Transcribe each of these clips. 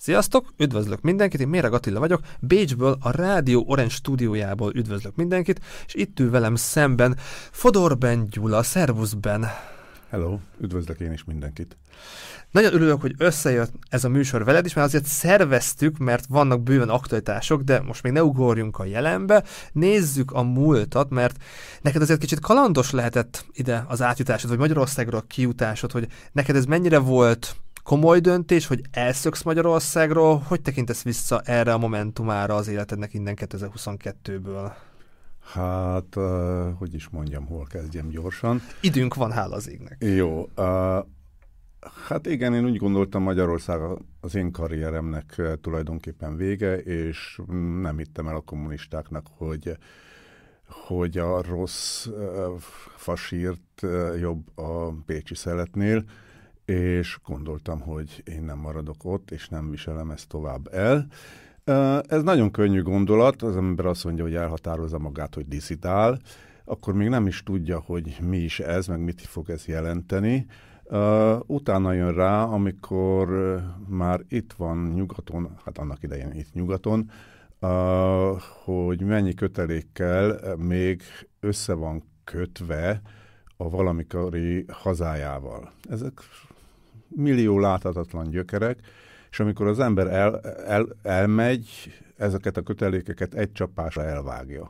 Sziasztok, üdvözlök mindenkit, én Méreg Attila vagyok, Bécsből, a Rádió Orange stúdiójából üdvözlök mindenkit, és itt ül velem szemben Fodor Ben Gyula, szervusz Ben! Hello, üdvözlök én is mindenkit! Nagyon örülök, hogy összejött ez a műsor veled is, mert azért szerveztük, mert vannak bőven aktualitások, de most még ne ugorjunk a jelenbe, nézzük a múltat, mert neked azért kicsit kalandos lehetett ide az átjutásod, vagy Magyarországról a kijutásod, hogy neked ez mennyire volt komoly döntés, hogy elszöksz Magyarországról, hogy tekintesz vissza erre a momentumára az életednek innen 2022-ből? Hát, hogy is mondjam, hol kezdjem gyorsan. Időnk van, hála az égnek. Jó, hát igen, én úgy gondoltam, Magyarország az én karrieremnek tulajdonképpen vége, és nem hittem el a kommunistáknak, hogy a rossz fasírt jobb a pécsi szeletnél, és gondoltam, hogy én nem maradok ott, és nem viselem ezt tovább el. Ez nagyon könnyű gondolat, az ember azt mondja, hogy elhatározza magát, hogy diszidál, akkor még nem is tudja, hogy mi is ez, meg mit fog ez jelenteni. Utána jön rá, amikor már itt van nyugaton, hát annak idején itt nyugaton, hogy mennyi kötelékkel még össze van kötve a valamikori hazájával. Ezek millió láthatatlan gyökerek, és amikor az ember elmegy, ezeket a kötelékeket egy csapásra elvágja.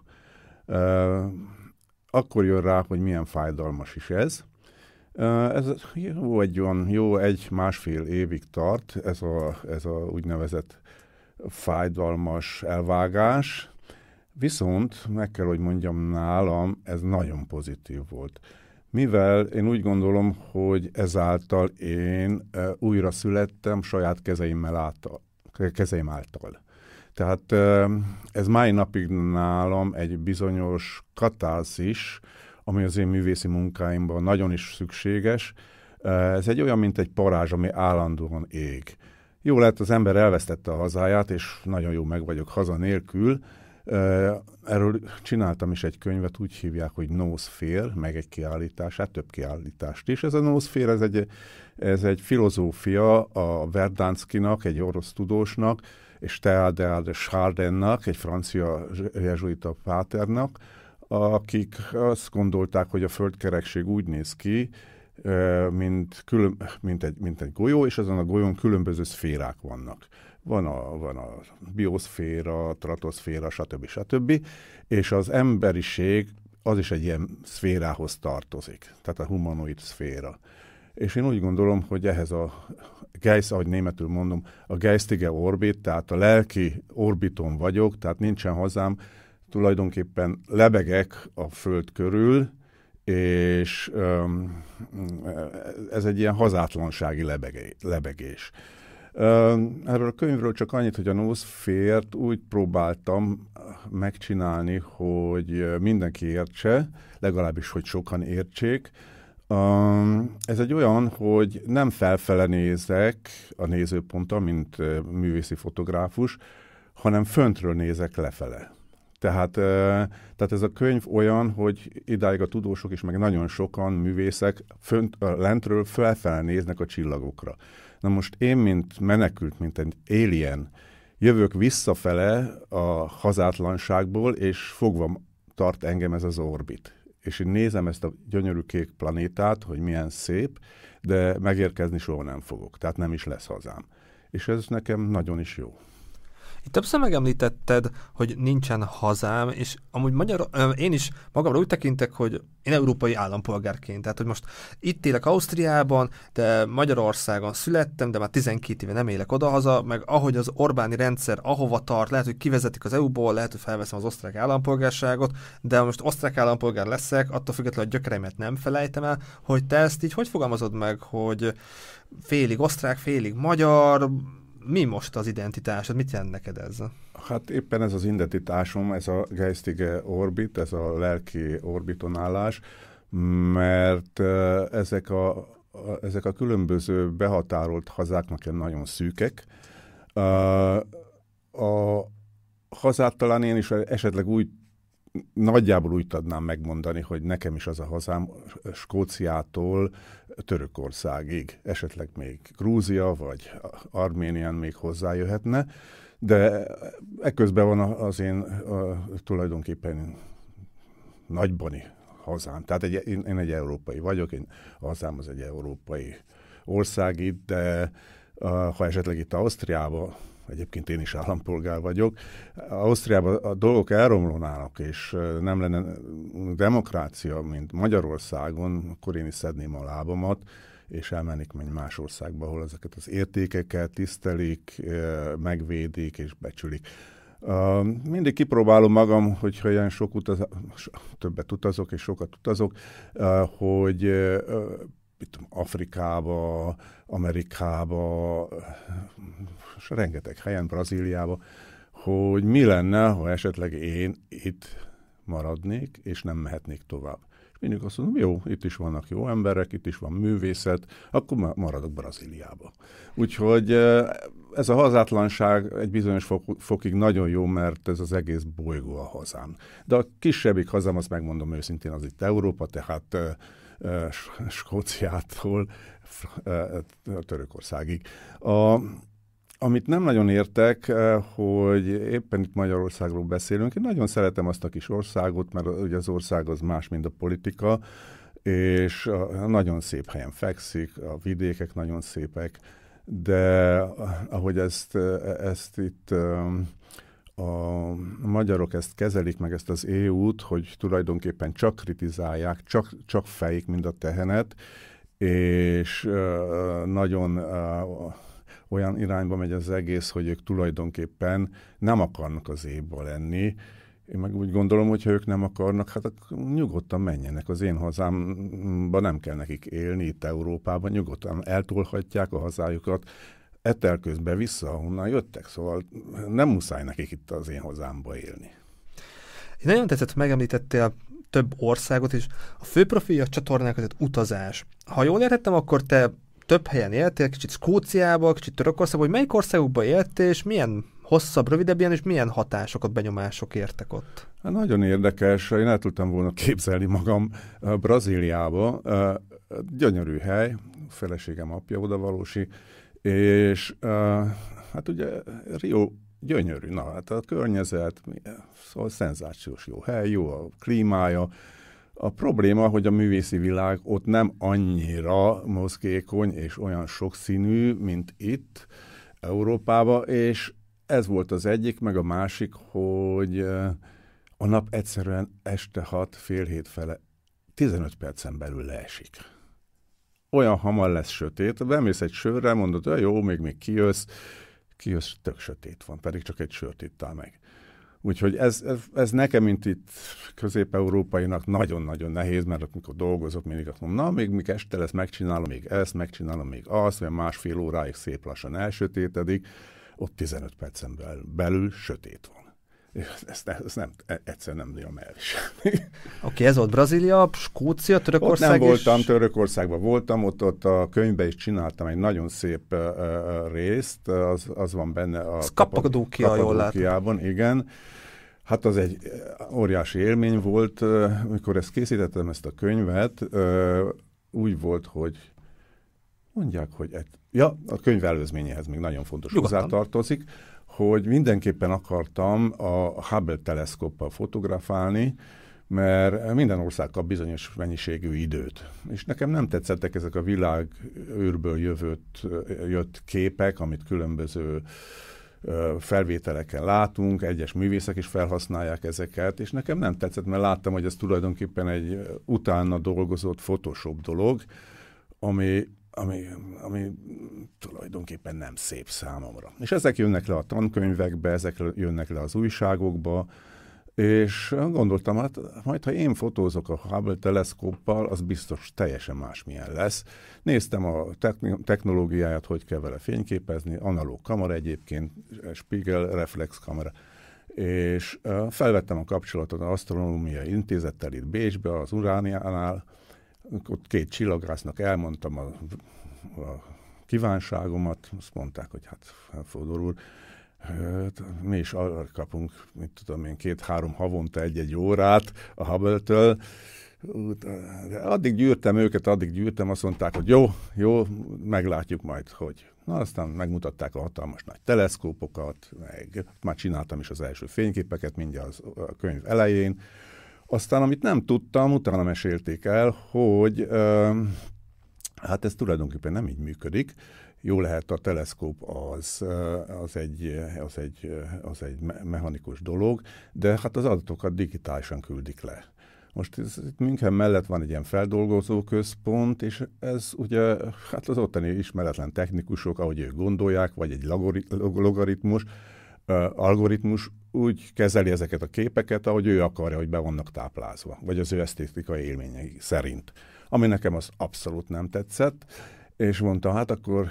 Akkor jön rá, hogy milyen fájdalmas is ez. Ez jó egy-másfél évig tart, ez a úgynevezett fájdalmas elvágás, viszont meg kell, hogy mondjam, nálam ez nagyon pozitív volt. Mivel én úgy gondolom, hogy ezáltal én újra születtem saját kezeim által. Tehát ez mai napig nálam egy bizonyos katárszis, ami az én művészi munkáimban nagyon is szükséges. Ez egy olyan, mint egy parázs, ami állandóan ég. Jó lehet, az ember elvesztette a hazáját, és nagyon jó meg vagyok haza nélkül. Erről csináltam is egy könyvet, úgy hívják, hogy Noszfér, meg egy kiállítását, több kiállítást is. Ez a Noszfér, ez egy filozófia a Verdanszkinak, egy orosz tudósnak, és Teilhard de Chardinnak, egy francia jezsuita páternak, akik azt gondolták, hogy a földkerekség úgy néz ki, mint egy golyó, és azon a golyón különböző szférák vannak. Van a bioszféra, tratoszféra, stb. És az emberiség az is egy ilyen szférához tartozik, tehát a humanoid szféra. És én úgy gondolom, hogy ehhez a Geist, ahogy németül mondom, a geistige orbit, tehát a lelki orbiton vagyok, tehát nincsen hazám, tulajdonképpen lebegek a föld körül, és ez egy ilyen hazátlansági lebegés. Erről a könyvről csak annyit, hogy a Noszfért úgy próbáltam megcsinálni, hogy mindenki értse, legalábbis, hogy sokan értsék. Ez egy olyan, hogy nem felfele nézek a nézőponttal, mint művészi fotográfus, hanem föntről nézek lefele. Tehát ez a könyv olyan, hogy idáig a tudósok is, meg nagyon sokan művészek lentről felfele néznek a csillagokra. Na most én, mint menekült, mint egy alien, jövök visszafele a hazátlanságból, és fogva tart engem ez az orbit. És én nézem ezt a gyönyörű kék planétát, hogy milyen szép, de megérkezni soha nem fogok, tehát nem is lesz hazám. És ez nekem nagyon is jó. Itt többször megemlítetted, hogy nincsen hazám, és amúgy én is magamra úgy tekintek, hogy én európai állampolgárként, tehát hogy most itt élek Ausztriában, de Magyarországon születtem, de már 12 éve nem élek odahaza, meg ahogy az Orbáni rendszer ahova tart, lehet, hogy kivezetik az EU-ból, lehet, hogy felveszem az osztrák állampolgárságot, de most osztrák állampolgár leszek, attól függetlenül a gyökereimet nem felejtem el, hogy te ezt így hogy fogalmazod meg, hogy félig osztrák, félig magyar. Mi most az identitásod? Mit jelent neked ez? Hát éppen ez az identitásom, ez a geistige orbit, ez a lelki orbitonálás, mert ezek a különböző behatárolt hazáknak nagyon szűkek. A hazát talán én is esetleg úgy nagyjából úgy tudnám megmondani, hogy nekem is az a hazám Skóciától Törökországig, esetleg még Grúzia vagy Arménián még hozzájöhetne, de ekközben van az én tulajdonképpen nagybani hazám. Tehát én egy európai vagyok, a hazám az egy európai ország itt, de ha esetleg itt Ausztriában, egyébként én is állampolgár vagyok, Ausztriában a dolgok elromlanának, és nem lenne demokrácia, mint Magyarországon, akkor én is szedném a lábamat, és elmennék egy más országba, ahol ezeket az értékeket tisztelik, megvédik és becsülik. Mindig kipróbálom magam, hogyha ilyen többet utazok és sokat utazok, hogy Afrikába, Amerikába, és rengeteg helyen, Brazíliába, hogy mi lenne, ha esetleg én itt maradnék, és nem mehetnék tovább. És mindig azt mondom, jó, itt is vannak jó emberek, itt is van művészet, akkor maradok Brazíliába. Úgyhogy ez a hazátlanság egy bizonyos fokig nagyon jó, mert ez az egész bolygó a hazám. De a kisebbik hazám, azt megmondom őszintén, az itt Európa, tehát Skóciától Törökországig. Amit nem nagyon értek, hogy éppen itt Magyarországról beszélünk, én nagyon szeretem azt a kis országot, mert ugye az ország az más, mint a politika, és nagyon szép helyen fekszik, a vidékek nagyon szépek, de ahogy ezt itt a magyarok ezt kezelik, meg ezt az EU-t, hogy tulajdonképpen csak kritizálják, csak fejik, mint a tehenet, és nagyon olyan irányba megy az egész, hogy ők tulajdonképpen nem akarnak az EU-ba lenni. Én meg úgy gondolom, hogy ha ők nem akarnak, hát nyugodtan menjenek. Az én hazámban nem kell nekik élni, itt Európában nyugodtan eltolhatják a hazájukat, ettel közben vissza, ahonnan jöttek, szóval nem muszáj nekik itt az én hazámba élni. Én nagyon tetszett, megemlítettél több országot, és a fő profilja a csatornák között utazás. Ha jól értettem, akkor te több helyen éltél, kicsit Skóciában, kicsit Törökországban, hogy melyik országokban éltél, és milyen hosszabb, rövidebb ilyen, és milyen hatásokat, benyomások értek ott? Hát nagyon érdekes, én el tudtam volna képzelni magam Brazíliába, gyönyörű hely, feleségem apja odavalósi, és hát ugye Rio gyönyörű, na hát a környezet, szóval szenzációs jó hely, jó a klímája. A probléma, hogy a művészi világ ott nem annyira mozgékony és olyan sokszínű, mint itt Európában, és ez volt az egyik, meg a másik, hogy a nap egyszerűen este 6, fél 7 fele 15 percen belül leesik. Olyan hamar lesz sötét, bemész egy sörre, mondod, hogy jó, még kijössz, tök sötét van, pedig csak egy sört ittál meg. Úgyhogy ez nekem, mint itt közép-európainak nagyon-nagyon nehéz, mert amikor dolgozok, mindig azt mondom, na, még este lesz, megcsinálom még ezt, megcsinálom még azt, mert másfél óráig szép lassan elsötétedik, ott 15 percen belül sötét van. Ezt egyszerűen nem bírom elviselni. Oké, ez volt Brazília, Skócia, Törökország. Ott nem voltam, Törökországban voltam, ott a könyvben is csináltam egy nagyon szép részt, az van benne a Kappadókiában, igen. Hát az egy óriási élmény volt, amikor ezt készítettem, ezt a könyvet, úgy volt, hogy mondják, hogy a könyv előzményéhez még nagyon fontos hozzátartozik, hogy mindenképpen akartam a Hubble teleszkóppal fotografálni, mert minden ország kap bizonyos mennyiségű időt. És nekem nem tetszettek ezek a világűrből jött képek, amit különböző felvételeken látunk, egyes művészek is felhasználják ezeket, és nekem nem tetszett, mert láttam, hogy ez tulajdonképpen egy utána dolgozott Photoshop dolog, ami tulajdonképpen nem szép számomra. És ezek jönnek le a tankönyvekbe, ezek jönnek le az újságokba, és gondoltam, hát majd ha én fotózok a Hubble teleszkóppal, az biztos teljesen másmilyen lesz. Néztem a technológiáját, hogy kell vele fényképezni, analóg kamera egyébként, Spiegel reflex kamera, és felvettem a kapcsolatot az Asztronómiai Intézettel itt Bécsbe, az Urániánál, ott 2 csillagrásznak elmondtam a kívánságomat, azt mondták, hogy hát Fodor úr, Mi is arra kapunk, mit tudom én, 2-3 havonta egy órát a Hubble-től. De addig gyűrtem, azt mondták, hogy jó, meglátjuk majd, hogy. Na, aztán megmutatták a hatalmas nagy teleszkópokat, már csináltam is az első fényképeket mindjárt a könyv elején. Aztán, amit nem tudtam, utána mesélték el, hogy hát ez tulajdonképpen nem így működik. Jó lehet, a teleszkóp az egy mechanikus dolog, de hát az adatokat digitálisan küldik le. Most itt München mellett van egy ilyen feldolgozó központ, és ez ugye hát az ottani ismeretlen technikusok, ahogy ők gondolják, vagy egy algoritmus úgy kezeli ezeket a képeket, ahogy ő akarja, hogy be vannak táplázva, vagy az ő esztétikai élményei szerint. Ami nekem az abszolút nem tetszett, és mondta, hát akkor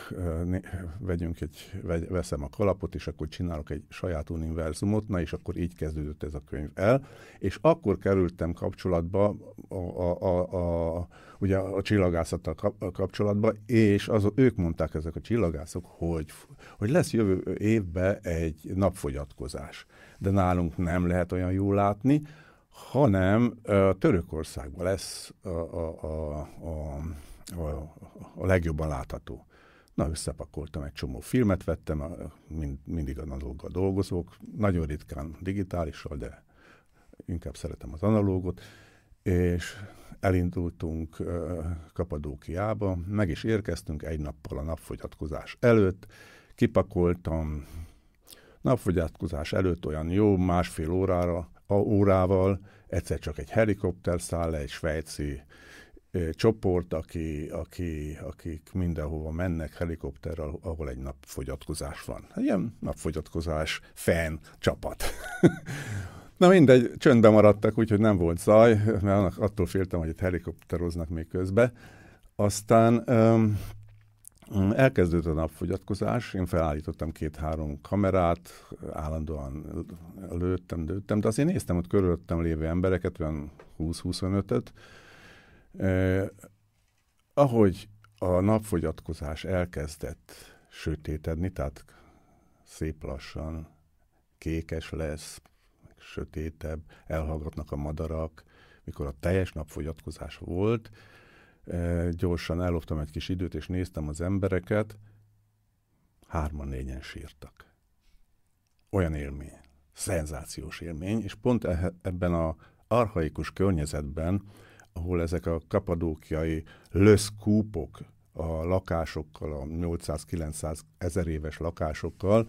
veszem a kalapot, és akkor csinálok egy saját univerzumot, na és akkor így kezdődött ez a könyv el, és akkor kerültem kapcsolatba ugye a csillagászattal kapcsolatba, és ők mondták, ezek a csillagászok, hogy lesz jövő évben egy napfogyatkozás. De nálunk nem lehet olyan jól látni, hanem Törökországban lesz a legjobban látható. Na, összepakoltam, egy csomó filmet vettem, mindig analóggal dolgozok, nagyon ritkán digitálissal, de inkább szeretem az analógot, és elindultunk Kapadókiába, meg is érkeztünk egy nappal a napfogyatkozás előtt, kipakoltam, napfogyatkozás előtt olyan jó 1,5 órával, egyszer csak egy helikopter száll le, egy svájci csoport, akik mindenhova mennek helikopterrel, ahol egy napfogyatkozás van. Ilyen napfogyatkozás fan csapat. Na mindegy, csöndben maradtak, úgyhogy nem volt zaj, mert attól féltem, hogy itt helikopteroznak még közbe. Aztán elkezdődött a napfogyatkozás, én felállítottam 2-3 kamerát, állandóan lőttem, de azért néztem ott körülöttem lévő embereket, olyan 20-25-öt. Ahogy a napfogyatkozás elkezdett sötétedni, tehát szép lassan kékes lesz, sötétebb, elhallgatnak a madarak, mikor a teljes napfogyatkozás volt, gyorsan elloptam egy kis időt, és néztem az embereket, 3-4-en sírtak. Olyan élmény, szenzációs élmény, és pont ebben az archaikus környezetben, ahol ezek a kapadókiai löszkúpok a lakásokkal, a 800-900 ezer éves lakásokkal,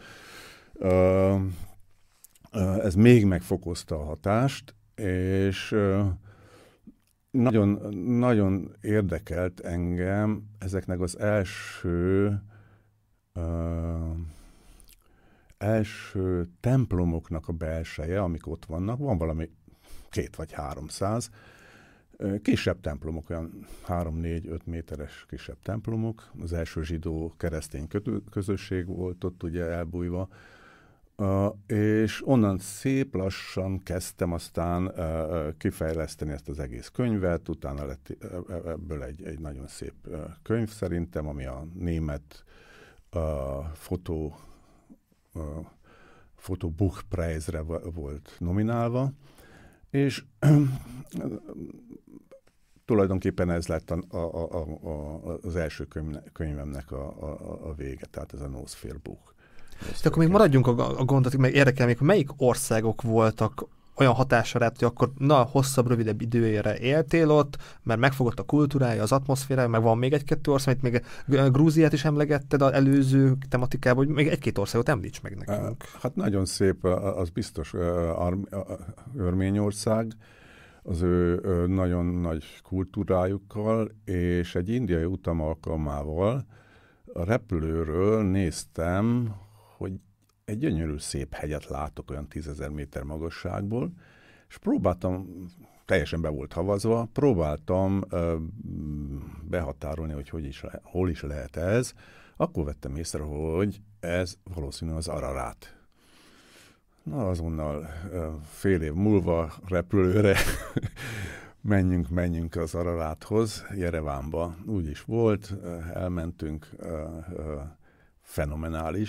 ez még megfokozta a hatást, és nagyon, nagyon érdekelt engem ezeknek az első templomoknak a belseje, amik ott vannak. Van valami 200 vagy 300, kisebb templomok, olyan 3-4-5 méteres kisebb templomok. Az első zsidó keresztény közösség volt ott ugye elbújva, és onnan szép lassan kezdtem aztán kifejleszteni ezt az egész könyvet, utána lett ebből egy nagyon szép könyv szerintem, ami a német Fotobuchpreisre volt nominálva, és tulajdonképpen ez lett az első könyvemnek a vége, tehát ez a Nosfer Buch. De akkor még maradjunk a gondolatig, meg érdekel még, hogy melyik országok voltak olyan hatással rád, hogy akkor hosszabb, rövidebb időre éltél ott, mert megfogott a kultúrája, az atmoszférája, meg van még 1-2 ország, még Grúziát is emlegetted az előző tematikában, hogy még 1-2 országot említs meg nekünk. Hát nagyon szép, az biztos Örményország, az ő nagyon nagy kultúrájukkal, és egy indiai utam alkalmával a repülőről néztem, hogy egy gyönyörű szép hegyet látok olyan 10 000 méter magasságból, és próbáltam, teljesen be volt havazva, próbáltam behatárolni, hogy hol is lehet ez. Akkor vettem észre, hogy ez valószínűleg az Ararát. Na, azonnal fél év múlva repülőre menjünk az Araráthoz, Jerevánba. Úgy is volt, elmentünk, fenomenális.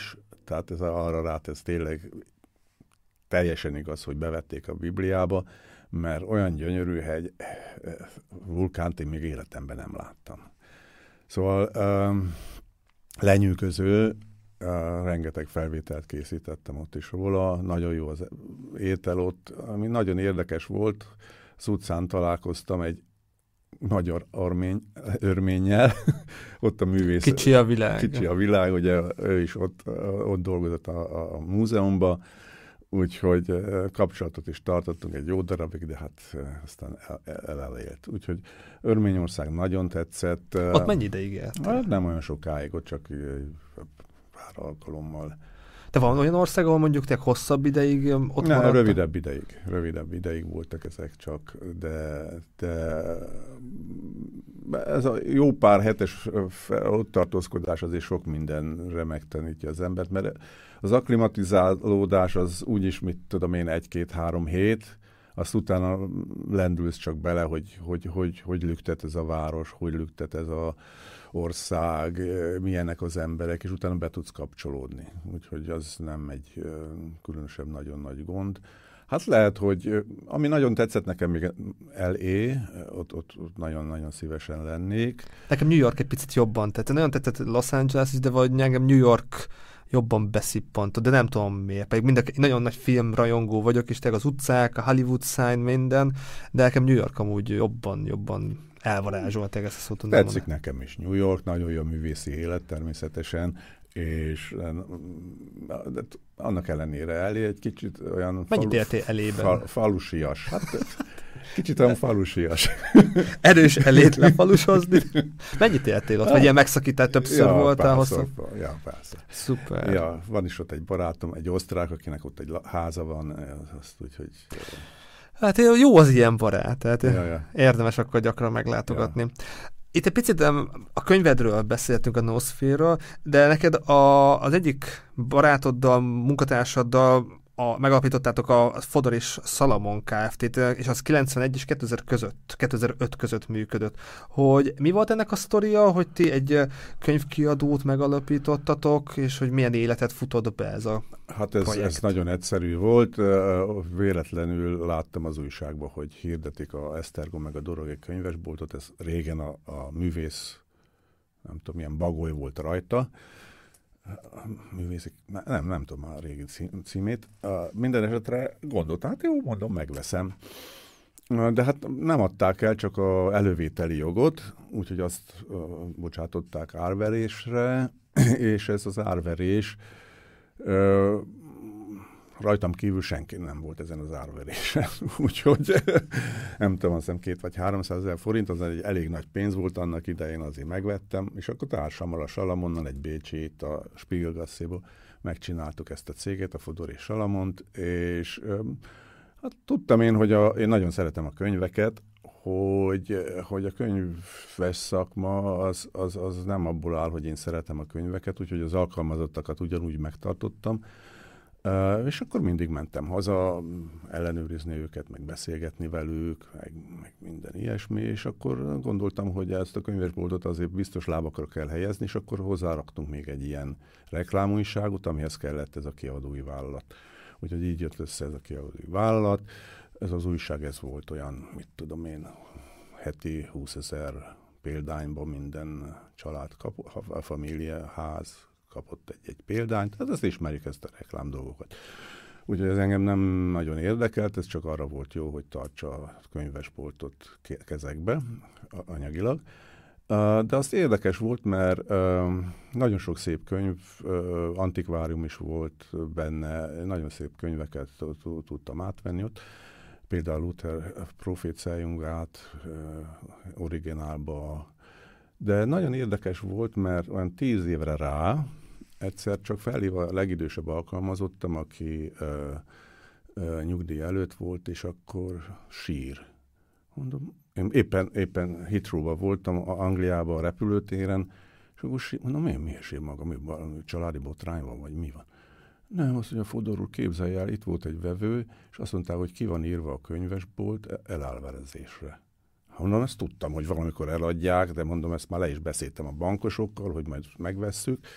Tehát ez arra rátesz tényleg teljesen igaz, hogy bevették a Bibliába, mert olyan gyönyörű hegy, vulkánt én még életemben nem láttam. Szóval lenyűgöző, rengeteg felvételt készítettem ott is róla, nagyon jó az étel ott, ami nagyon érdekes volt, az utcán találkoztam egy magyar örménnyel, ott a művész. Kicsi a világ. Kicsi a világ, ugye ő is ott dolgozott a múzeumban, úgyhogy kapcsolatot is tartottunk egy jó darabig, de hát aztán elélt. Úgyhogy Örményország nagyon tetszett. Ott mennyi ideig éltél? Hát nem olyan sokáig, ott csak pár alkalommal. De van olyan ország, ahol mondjuk te hosszabb ideig ott maradtál? Rövidebb ideig voltak ezek csak, de ez a jó pár hetes ott tartózkodás azért sok mindenre megtanítja az embert, mert az akklimatizálódás az úgyis, mit tudom én, 1-2-3 hét, azt utána lendülsz csak bele, hogy lüktet ez a város, hogy lüktet ez az ország, milyenek az emberek, és utána be tudsz kapcsolódni. Úgyhogy az nem egy különösebb nagyon nagy gond. Hát lehet, hogy ami nagyon tetszett nekem még LA, ott nagyon-nagyon szívesen lennék. Nekem New York egy picit jobban tetszett. Nagyon tetszett Los Angeles is, de vagy engem New York jobban beszippantott, de nem tudom miért. Pedig nagyon nagy filmrajongó vagyok, és tényleg az utcák, a Hollywood sign, minden, de nekem New York amúgy jobban elvarázsolt, ezt a szót tudom tetszik mondani. nekem is New York, nagyon jó művészi élet természetesen, és annak ellenére elé egy kicsit olyan mennyit éltél elében? Falusias. Hát kicsit olyan falusias. Erős elét lefalusozni. Mennyit éltél ott? Vagy ilyen megszakítál, többször voltál hosszú? Ja, persze. Szuper. Ja, van is ott egy barátom, egy osztrák, akinek ott egy háza van, azt úgyhogy... Hát jó az ilyen barát, tehát ja. Érdemes akkor gyakran meglátogatni. Ja. Itt egy picit a könyvedről beszéltünk, a Nosphere-ről, de neked az egyik barátoddal, munkatársaddal megalapítottátok a Fodor és Salamon Kft-t, és az 91 és 2005 között működött. Hogy mi volt ennek a sztoria, hogy ti egy könyvkiadót megalapítottatok, és hogy milyen életet futott be ez a Hát ez nagyon egyszerű volt. Véletlenül láttam az újságban, hogy hirdetik a Esztergom meg a Dorogi könyvesboltot. Ez régen a művész, nem tudom, milyen bagoly volt rajta. Művészik, nem tudom a régi címét. Minden esetre gondoltam, hát jó, mondom, megveszem. De hát nem adták el csak az elővételi jogot, úgyhogy azt bocsátották árverésre, és ez az árverés rajtam kívül senki nem volt ezen az árverésen. Úgyhogy nem tudom, azt hiszem 200 vagy 300 000 forint, az egy elég nagy pénz volt annak idején, azért megvettem, és akkor társammal a Salamonnal egy bécsi, itt a Spiegelgasséból megcsináltuk ezt a céget, a Fodor és Salamont, és hát tudtam én, hogy én nagyon szeretem a könyveket, hogy a könyves szakma az nem abból áll, hogy én szeretem a könyveket, úgyhogy az alkalmazottakat ugyanúgy megtartottam, és akkor mindig mentem haza, ellenőrizni őket, meg beszélgetni velük, meg minden ilyesmi, és akkor gondoltam, hogy ezt a könyvesboltot azért biztos lábakra kell helyezni, és akkor hozzáraktunk még egy ilyen reklámújságot, amihez kellett ez a kiadói vállalat. Úgyhogy így jött össze ez a kiadói vállalat. Ez az újság, ez volt olyan, mit tudom én, heti 20 000 példányban minden család, a família, ház kapott egy példányt. Hát ezt ismerjük, ezt a reklám dolgokat. Úgyhogy ez engem nem nagyon érdekelt, ez csak arra volt jó, hogy tartsa a könyvesboltot kezekbe, anyagilag. De azt érdekes volt, mert nagyon sok szép könyv, antikvárium is volt benne, nagyon szép könyveket tudtam átvenni ott. Például Luther Proféciájungát originálba. De nagyon érdekes volt, mert olyan 10 évre rá egyszer csak felhív a legidősebb alkalmazottam, aki nyugdíj előtt volt, és akkor sír. Mondom, én éppen Heathrow-ban voltam, Angliában a repülőtéren, és akkor mondom, én miért sír magam, családi botrány van, vagy mi van? Nem, azt mondja, Fodor úr, képzelj el, itt volt egy vevő, és azt mondták, hogy ki van írva a könyvesbolt elálverezésre. Mondom, ezt tudtam, hogy valamikor eladják, de mondom, ezt már le is beszéltem a bankosokkal, hogy majd megvesszük,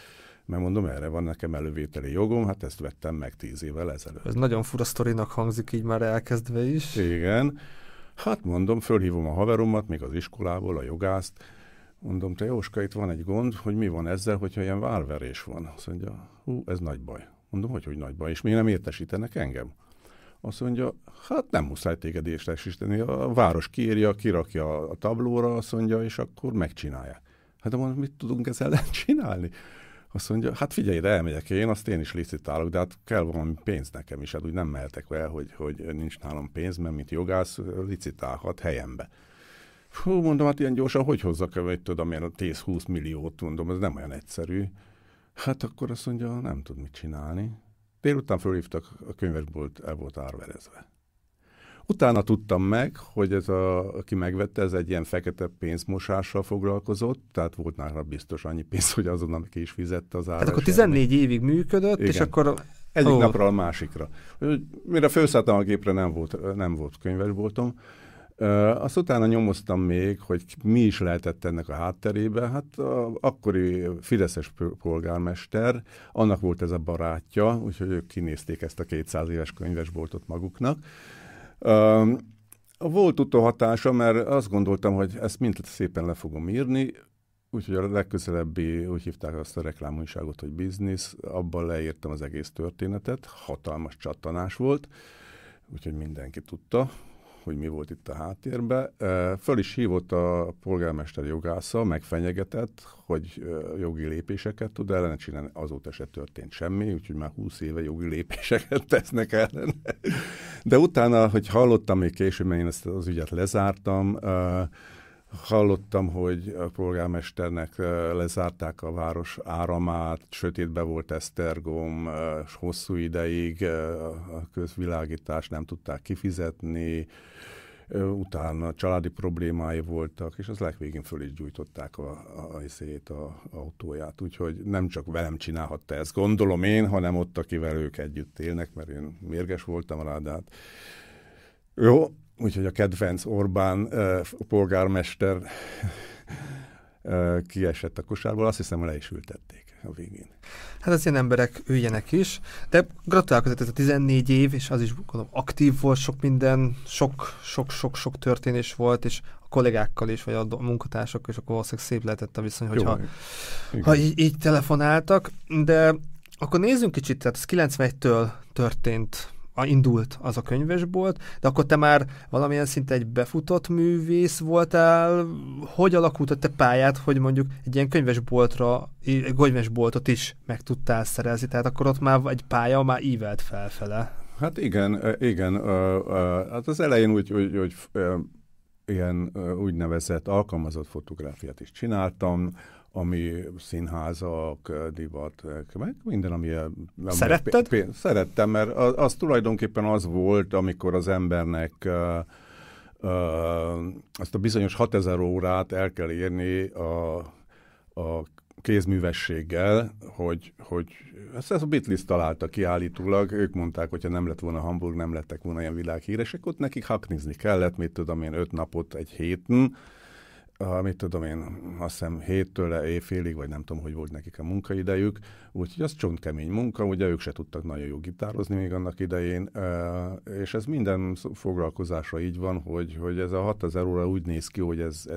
Mert mondom, erre van nekem elővételi jogom, hát ezt vettem meg 10 évvel ezelőtt. Ez nagyon fura sztorinak hangzik így már elkezdve is. Igen. Hát mondom, fölhívom a haveromat, még az iskolából, a jogászt. Mondom, te Jóska, itt van egy gond, hogy mi van ezzel, hogyha ilyen válverés van. Azt mondja, ez nagy baj. Mondom, hogy nagy baj, és még nem értesítenek engem. Azt mondja, hát nem muszáj téged értesíteni, a város kiírja, kirakja a tablóra, azt mondja, és akkor megcsinálják. Hát mondom, mit tudunk ezzel ellen csinálni? Azt mondja, hát figyelj, de elmegyek én, azt én is licitálok, de hát kell valami pénz nekem is, hát úgy nem mehetek el, hogy nincs nálam pénz, mert mint jogász licitálhat helyembe. Hú, mondom, hát ilyen gyorsan, hogy hozzak el, hogy tudom, ilyen 10-20 milliót, mondom, ez nem olyan egyszerű. Hát akkor azt mondja, nem tud mit csinálni. Délután fölhívtak, a könyvesbolt el volt árverezve. Utána tudtam meg, hogy ez aki megvette, ez egy ilyen fekete pénzmosással foglalkozott, tehát volt nála biztos annyi pénz, hogy azonnal ki is fizette az árat. Tehát akkor 14 évig működött, és akkor... Egyik napra a másikra. Mire felszálltam a gépre, nem volt könyvesboltom. Azt utána nyomoztam még, hogy mi is lehetett ennek a hátterébe. Hát akkori fideszes polgármester, annak volt ez a barátja, úgyhogy ők kinézték ezt a 200 éves könyvesboltot maguknak. Volt utóhatása, mert azt gondoltam, hogy ezt mind szépen le fogom írni, úgyhogy a legközelebbi, úgy hívták azt a reklámújságot, hogy Business, abban leírtam az egész történetet, hatalmas csattanás volt, úgyhogy mindenki tudta, hogy mi volt itt a háttérben. Föl is hívott a polgármester jogásza, megfenyegetett, hogy jogi lépéseket tud ellene csinálni. Azóta se történt semmi, úgyhogy már 20 éve jogi lépéseket tesznek ellene. De utána, hogy hallottam még később, mert én ezt az ügyet lezártam, hallottam, hogy a polgármesternek lezárták a város áramát, sötétbe volt Esztergom, hosszú ideig a közvilágítást nem tudták kifizetni, utána családi problémái voltak, és az legvégén föl is gyújtották a autóját. Úgyhogy nem csak velem csinálhatta ezt, gondolom én, hanem ott, akivel ők együtt élnek, mert én mérges voltam rá, de hát jó. Úgyhogy a kedvenc Orbán polgármester kiesett a kosárból, azt hiszem, le is ültették a végén. Hát az ilyen emberek üljenek is, de gratulálok, ez a 14 év, és az is gondolom, aktív volt, sok minden, sok történés volt, és a kollégákkal is, vagy a munkatársakkal is, akkor valószínűleg szép lehetett a viszony, hogyha így telefonáltak, de akkor nézzünk kicsit, tehát ez 91-től történt, indult az a könyvesbolt, de akkor te már valamilyen szinte egy befutott művész voltál. Hogy alakult a te pályád, hogy mondjuk egy ilyen könyvesboltot is meg tudtál szerezni? Tehát akkor ott már egy pálya már ívelt felfele. Hát igen. Hát az elején hogy ilyen úgynevezett alkalmazott fotográfiát is csináltam, ami színházak, divat, meg minden, ami... Szeretted? Szerettem, mert az tulajdonképpen az volt, amikor az embernek azt a bizonyos 6000 órát el kell érni a kézművességgel, hogy ezt a Beatles találta ki állítólag, ők mondták, hogyha nem lett volna Hamburg, nem lettek volna ilyen világhíresek, ott nekik haknizni kellett, mit tudom én, 5 napot egy héten, mit tudom én, azt hiszem 7-től éjfélig, vagy nem tudom, hogy volt nekik a munkaidejük, úgyhogy az csontkemény munka, ugye ők se tudtak nagyon jó gitározni még annak idején, és ez minden foglalkozásra így van, hogy ez a 6000 óra úgy néz ki, hogy ez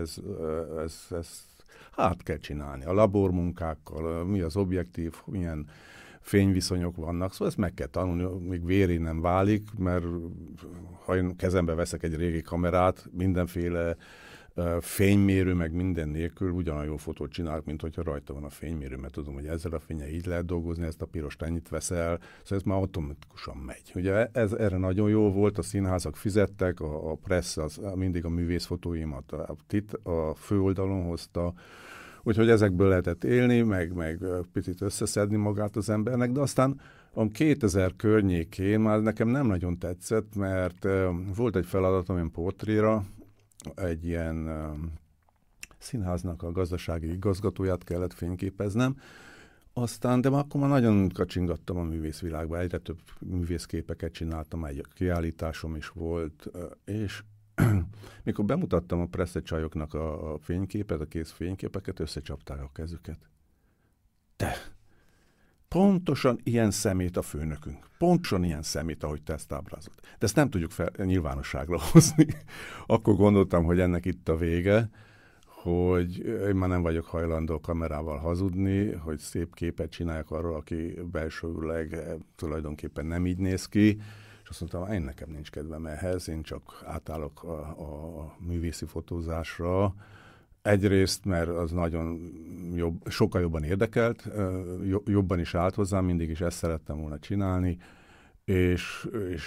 hát kell csinálni. A labormunkákkal, mi az objektív, milyen fényviszonyok vannak, szóval ezt meg kell tanulni, még véré nem válik, mert ha én kezembe veszek egy régi kamerát, mindenféle fénymérő, meg minden nélkül ugyanolyan jó fotót csinálok, mint hogyha rajta van a fénymérő, mert tudom, hogy ezzel a fénye így lehet dolgozni, ezt a pirost ennyit veszel, szóval ez már automatikusan megy. Ugye ez erre nagyon jó volt, a színházak fizettek, a pressz az mindig a művészfotóimat a főoldalon hozta, úgyhogy ezekből lehetett élni, meg picit összeszedni magát az embernek, de aztán a 2000 környékén már nekem nem nagyon tetszett, mert volt egy feladatom én portréra, egy ilyen színháznak a gazdasági igazgatóját kellett fényképeznem, aztán, de akkor már nagyon kacsingattam a művészvilágba, egyre több művészképeket csináltam, egy kiállításom is volt, és mikor bemutattam a presszecsajoknak a fényképet, a kész fényképeket, összecsapták a kezüket. Pontosan ilyen szemét a főnökünk. Pontosan ilyen szemét, ahogy te ezt ábrázolod. De ezt nem tudjuk nyilvánosságra hozni. Akkor gondoltam, hogy ennek itt a vége, hogy én már nem vagyok hajlandó kamerával hazudni, hogy szép képet csináljak arról, aki belsőleg tulajdonképpen nem így néz ki, és azt mondtam, én nekem nincs kedvem ehhez, én csak átállok a művészi fotózásra. Egyrészt, mert az nagyon sokkal jobban érdekelt, jobban is állt hozzám, mindig is ezt szerettem volna csinálni, és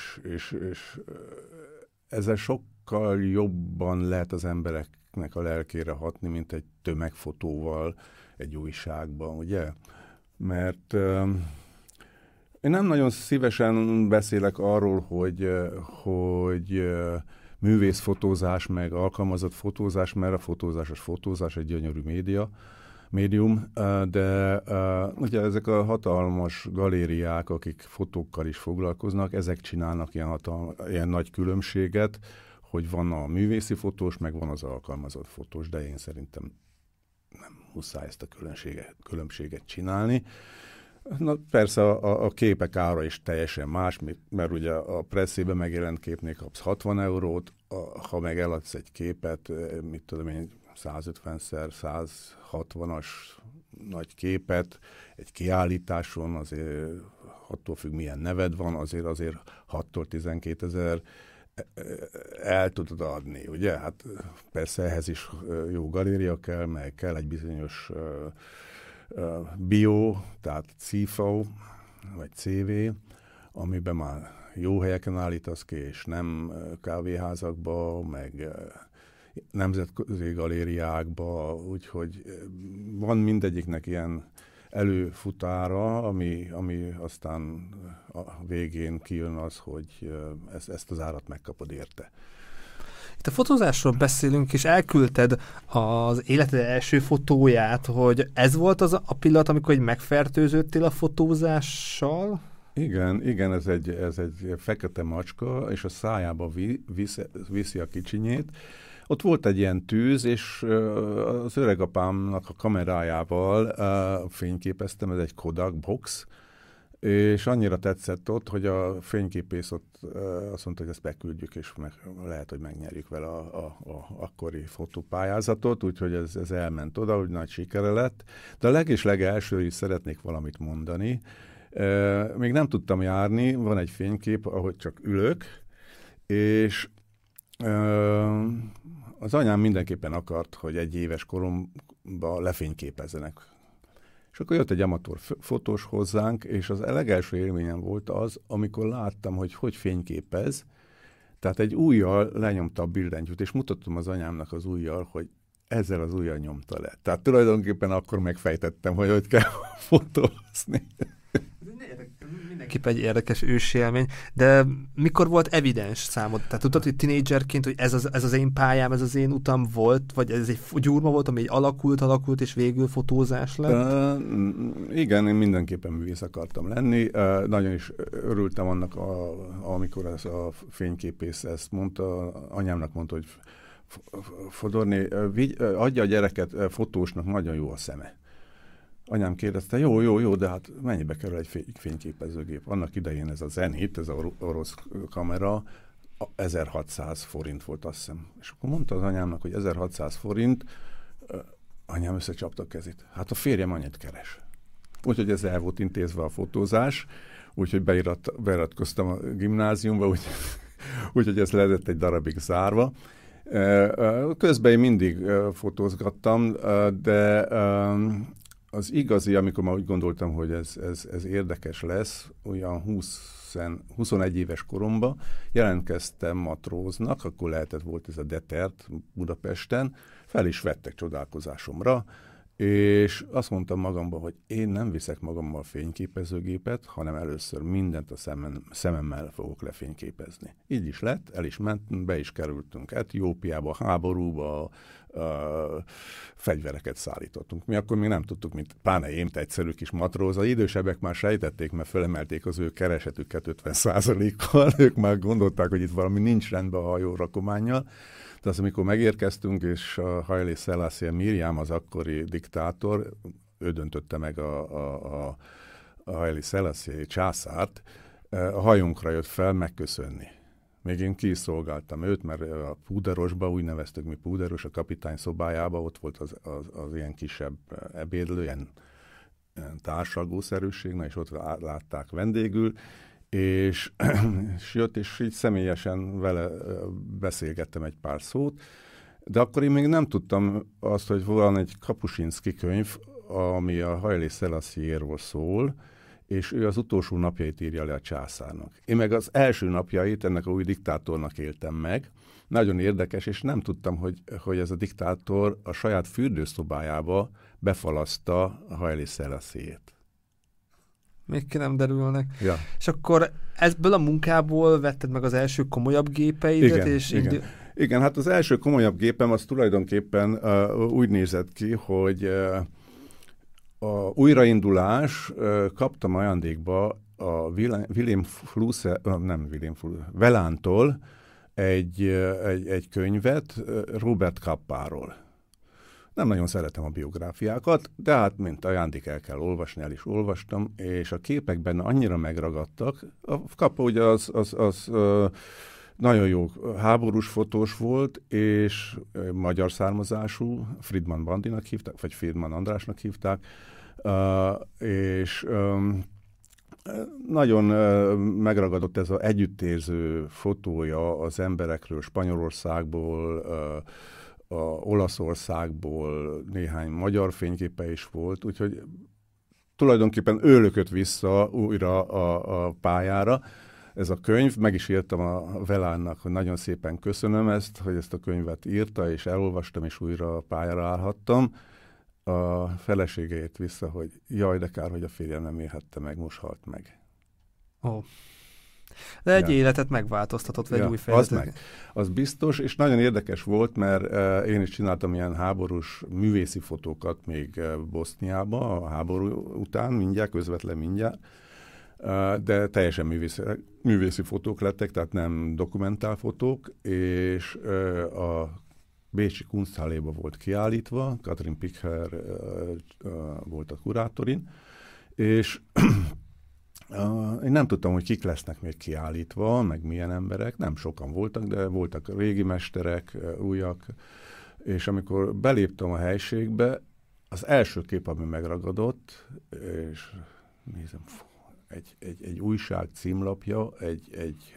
ezzel sokkal jobban lehet az embereknek a lelkére hatni, mint egy tömegfotóval egy újságban, ugye? Mert én nem nagyon szívesen beszélek arról, hogy művészfotózás, meg alkalmazott fotózás, mert a fotózás egy gyönyörű médium, de ugye ezek a hatalmas galériák, akik fotókkal is foglalkoznak, ezek csinálnak ilyen nagy különbséget, hogy van a művészi fotós, meg van az alkalmazott fotós, de én szerintem nem muszáj ezt a különbséget csinálni. Na, persze a képek ára is teljesen más, mert ugye a presszében megjelent képnél kapsz 60 eurót, ha meg eladsz egy képet, mit tudom én, 150x160-as nagy képet, egy kiállításon, azért attól függ, milyen neved van, azért 6-tól 12 000 el tudod adni, ugye? Hát persze ehhez is jó galéria kell, meg kell egy bizonyos bio, tehát CIFO, vagy CV, amiben már jó helyeken állítasz ki, és nem kávéházakba, meg nemzetközi galériákba, úgyhogy van mindegyiknek ilyen előfutára, ami aztán a végén kijön az, hogy ezt az árat megkapod érte. Itt a fotózásról beszélünk, és elküldted az életed első fotóját, hogy ez volt az a pillanat, amikor megfertőződtél a fotózással? Igen, ez egy fekete macska, és a szájába viszi a kicsinyét. Ott volt egy ilyen tűz, és az öregapámnak a kamerájával fényképeztem, ez egy Kodak box, és annyira tetszett ott, hogy a fényképész ott azt mondta, hogy ezt beküldjük, és lehet, hogy megnyerjük vele a akkori fotópályázatot, úgyhogy ez elment oda, hogy nagy sikere lett. De a legelső is szeretnék valamit mondani. Még nem tudtam járni, van egy fénykép, ahogy csak ülök, és az anyám mindenképpen akart, hogy 1 éves koromban lefényképezzenek. És akkor jött egy amatőr fotós hozzánk, és az legelső élményem volt az, amikor láttam, hogy fényképez. Tehát egy ujjal lenyomta a billentyűt, és mutattam az anyámnak az ujjal, hogy ezzel az ujjal nyomta le. Tehát tulajdonképpen akkor megfejtettem, hogy kell fotózni. Mindenképpen egy érdekes ősélmény, de mikor volt evidens számod? Tehát tudtad, hogy tínédzserként, hogy ez az én pályám, ez az én utam volt, vagy ez egy gyurma volt, ami alakult, és végül fotózás lett? Igen, én mindenképpen művész akartam lenni. Nagyon is örültem annak, amikor ez a fényképész ezt mondta, anyámnak mondta, hogy Fodorné, adja a gyereket, fotósnak nagyon jó a szeme. Anyám kérdezte, jó, de hát mennyibe kerül egy fényképezőgép? Annak idején ez a Zenit, ez az orosz kamera, 1600 forint volt, azt hiszem. És akkor mondta az anyámnak, hogy 1600 forint, anyám összecsapta a kezét. Hát a férjem annyit keres. Úgyhogy ez el volt intézve a fotózás, úgyhogy beiratkoztam a gimnáziumba, úgyhogy ez lehetett egy darabig zárva. Közben én mindig fotózgattam, de az igazi, amikor már úgy gondoltam, hogy ez érdekes lesz, olyan 21 éves koromban jelentkeztem matróznak, akkor volt ez a Detert Budapesten, fel is vettek csodálkozásomra, és azt mondtam magamban, hogy én nem viszek magammal fényképezőgépet, hanem először mindent a szememmel fogok lefényképezni. Így is lett, el is mentünk, be is kerültünk Etiópiába, háborúba, fegyvereket szállítottunk. Mi akkor még nem tudtuk, mint pláne én, egyszerű kis matróz. Az idősebbek már sejtették, mert fölemelték az ő keresetüket 50%-kal. Ők már gondolták, hogy itt valami nincs rendben a hajó rakománnyal. De az, amikor megérkeztünk, és a Haile Selassie Mirjam, az akkori diktátor, ő döntötte meg a Haile Selassie császárt, a hajónkra jött fel megköszönni. Még én ki is szolgáltam őt, mert a púderosba, úgy neveztük mi púderos, a kapitány szobájába, ott volt az ilyen kisebb ebédlő, ilyen társalgószerűség, és ott látták vendégül, és jött, és így személyesen vele beszélgettem egy pár szót, de akkor én még nem tudtam azt, hogy van egy Kapuscinski könyv, ami a Haile Selassie-ról szól, és ő az utolsó napjait írja le a császárnak. Én meg az első napjait ennek a új diktátornak éltem meg. Nagyon érdekes, és nem tudtam, hogy ez a diktátor a saját fürdőszobájába befalaszta a Haile Selassie-t. Még ki nem derülnek. Ja. És akkor ebből a munkából vetted meg az első komolyabb gépeidet? Igen, hát az első komolyabb gépem az tulajdonképpen úgy nézett ki, hogy a újraindulás kaptam ajándékba a Velántól egy könyvet Robert Kappáról. Nem nagyon szeretem a biográfiákat, de hát mint ajándék el kell olvasni, el is olvastam, és a képek benne annyira megragadtak. A Kappa ugye az nagyon jó háborús fotós volt, és magyar származású, Friedman Bandinak hívták, vagy Friedman Andrásnak hívták, és nagyon megragadott ez az együttérző fotója az emberekről Spanyolországból, Olaszországból, néhány magyar fényképe is volt, úgyhogy tulajdonképpen ő lökött vissza újra a pályára. Ez a könyv, meg is írtam a Velánnak, hogy nagyon szépen köszönöm ezt, hogy ezt a könyvet írta, és elolvastam, és újra a pályára állhattam. A felesége ért vissza, hogy jaj, de kár, hogy a férjem nem érhette meg, most halt meg. Ó. De egy életet megváltoztatott, egy új fejezetet. Az biztos, és nagyon érdekes volt, mert én is csináltam ilyen háborús művészi fotókat még Boszniába, a háború után, közvetlen mindjárt, de teljesen művészi fotók lettek, tehát nem dokumentálfotók, és a bécsi Kunsthalléba volt kiállítva, Katrin Picher volt a kurátorin, és én nem tudtam, hogy kik lesznek még kiállítva, meg milyen emberek, nem sokan voltak, de voltak régi mesterek, újak, és amikor beléptem a helységbe, az első kép, ami megragadott, és nézem, egy újság címlapja, egy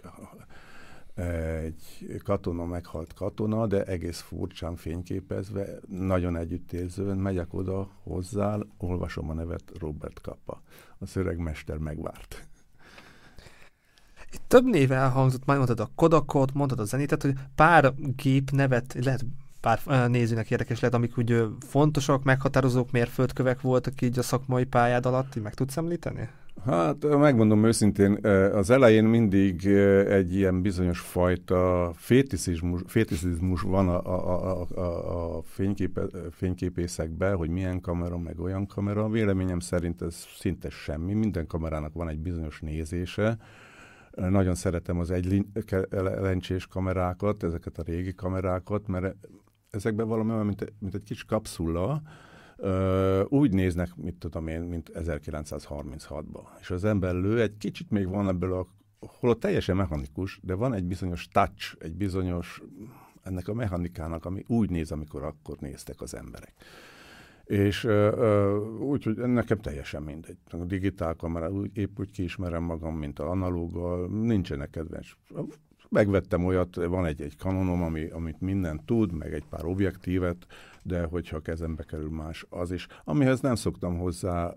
katona, meghalt katona, de egész furcsán fényképezve, nagyon együttérzően, megyek oda hozzá, olvasom a nevet, Robert Kappa. A szövegmester megvárt. Itt több név elhangzott, már mondtad a Kodakot, mondtad a Zenitet, hogy pár gép nevet, lehet pár nézőnek érdekes lehet, amik úgy fontosak, meghatározók, mérföldkövek voltak így a szakmai pályád alatt, így meg tudsz említeni? Hát megmondom őszintén, az elején mindig egy ilyen bizonyos fajta fétiszizmus van a fényképészekben, hogy milyen kamera, meg olyan kamera. Véleményem szerint ez szinte semmi. Minden kamerának van egy bizonyos nézése. Nagyon szeretem az egy lencsés kamerákat, ezeket a régi kamerákat, mert ezekben valami olyan, mint egy kis kapszula, úgy néznek, mit tudom én, mint 1936-ban. És az ember lő, egy kicsit még van ebből holott teljesen mechanikus, de van egy bizonyos touch, egy bizonyos ennek a mechanikának, ami úgy néz, amikor akkor néztek az emberek. És úgyhogy nekem teljesen mindegy. A digitál kamera épp úgy kiismerem magam, mint az analóggal, nincsenek kedvenc. Megvettem olyat, van egy Canonom, amit mindent tud, meg egy pár objektívet, de hogyha kezembe kerül más, az is. Amihez nem szoktam hozzá